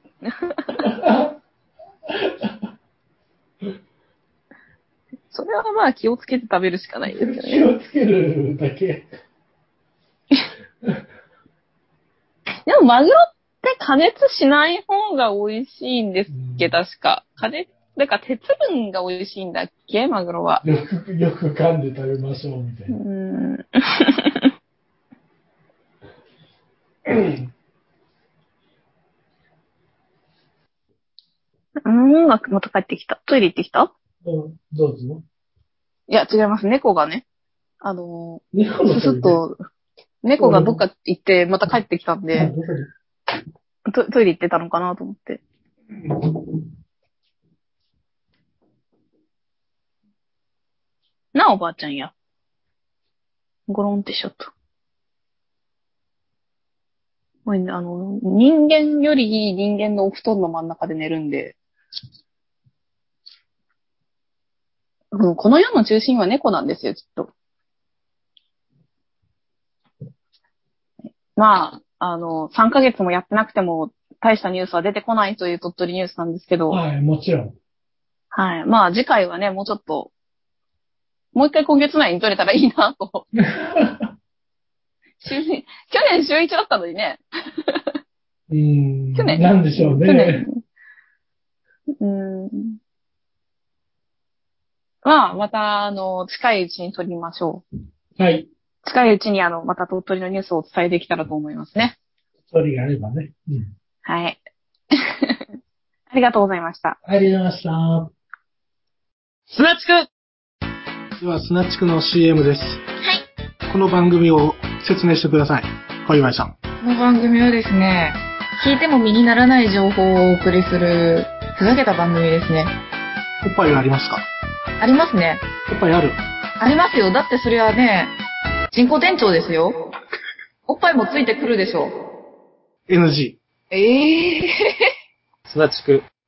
C: それはまあ気をつけて食べるしかないですよね。
B: 気をつけるだけ。
C: でもマグロって加熱しない方が美味しいんですっけ、確か。加熱、だから鉄分が美味しいんだっけ、マグロは。
B: よく、よく噛んで食べましょう、みたいな。うーん。
C: うーん、また帰ってきた。トイレ行ってきた？
B: うん、どうぞ。
C: いや、違います。猫がね、あのー、
B: 猫の
C: すすっと、猫がどっか行って、また帰ってきたんで、ト, トイレ行ってたのかなと思って。なあ、おばあちゃんや。ゴロンってしちゃった。あの、人間より人間のお布団の真ん中で寝るんで、うん、この世の中心は猫なんですよ、きっと。まあ、あの、さんかげつもやってなくても大したニュースは出てこないという鳥取ニュースなんですけど。
B: はい、もちろん。
C: はい。まあ次回はね、もうちょっと、もう一回今月内に撮れたらいいなと。週去年週一だったのにね。
B: うーん。
C: 去年
B: なんでしょうね。
C: 去年。うーん。まあ、また、あの、近いうちに撮りましょ
B: う。はい。
C: 近いうちに、あの、また鳥取のニュースをお伝えできたらと思いますね。
B: ストーリーがあればね。うん。
C: はい。ありがとうございました。
B: ありがとうございました。
A: スナチク
B: では、スナチクの シーエム です。
C: はい。
B: この番組を説明してください。小岩井さん。
C: この番組はですね、聞いても身にならない情報をお送りする、ふざけた番組ですね。
B: おっぱいはありますか？
C: ありますね。
B: おっぱいある？
C: ありますよ。だってそれはね、人工店長ですよ。おっぱいもついてくるでしょ。
B: エヌジー。
C: ええー。
A: スナチク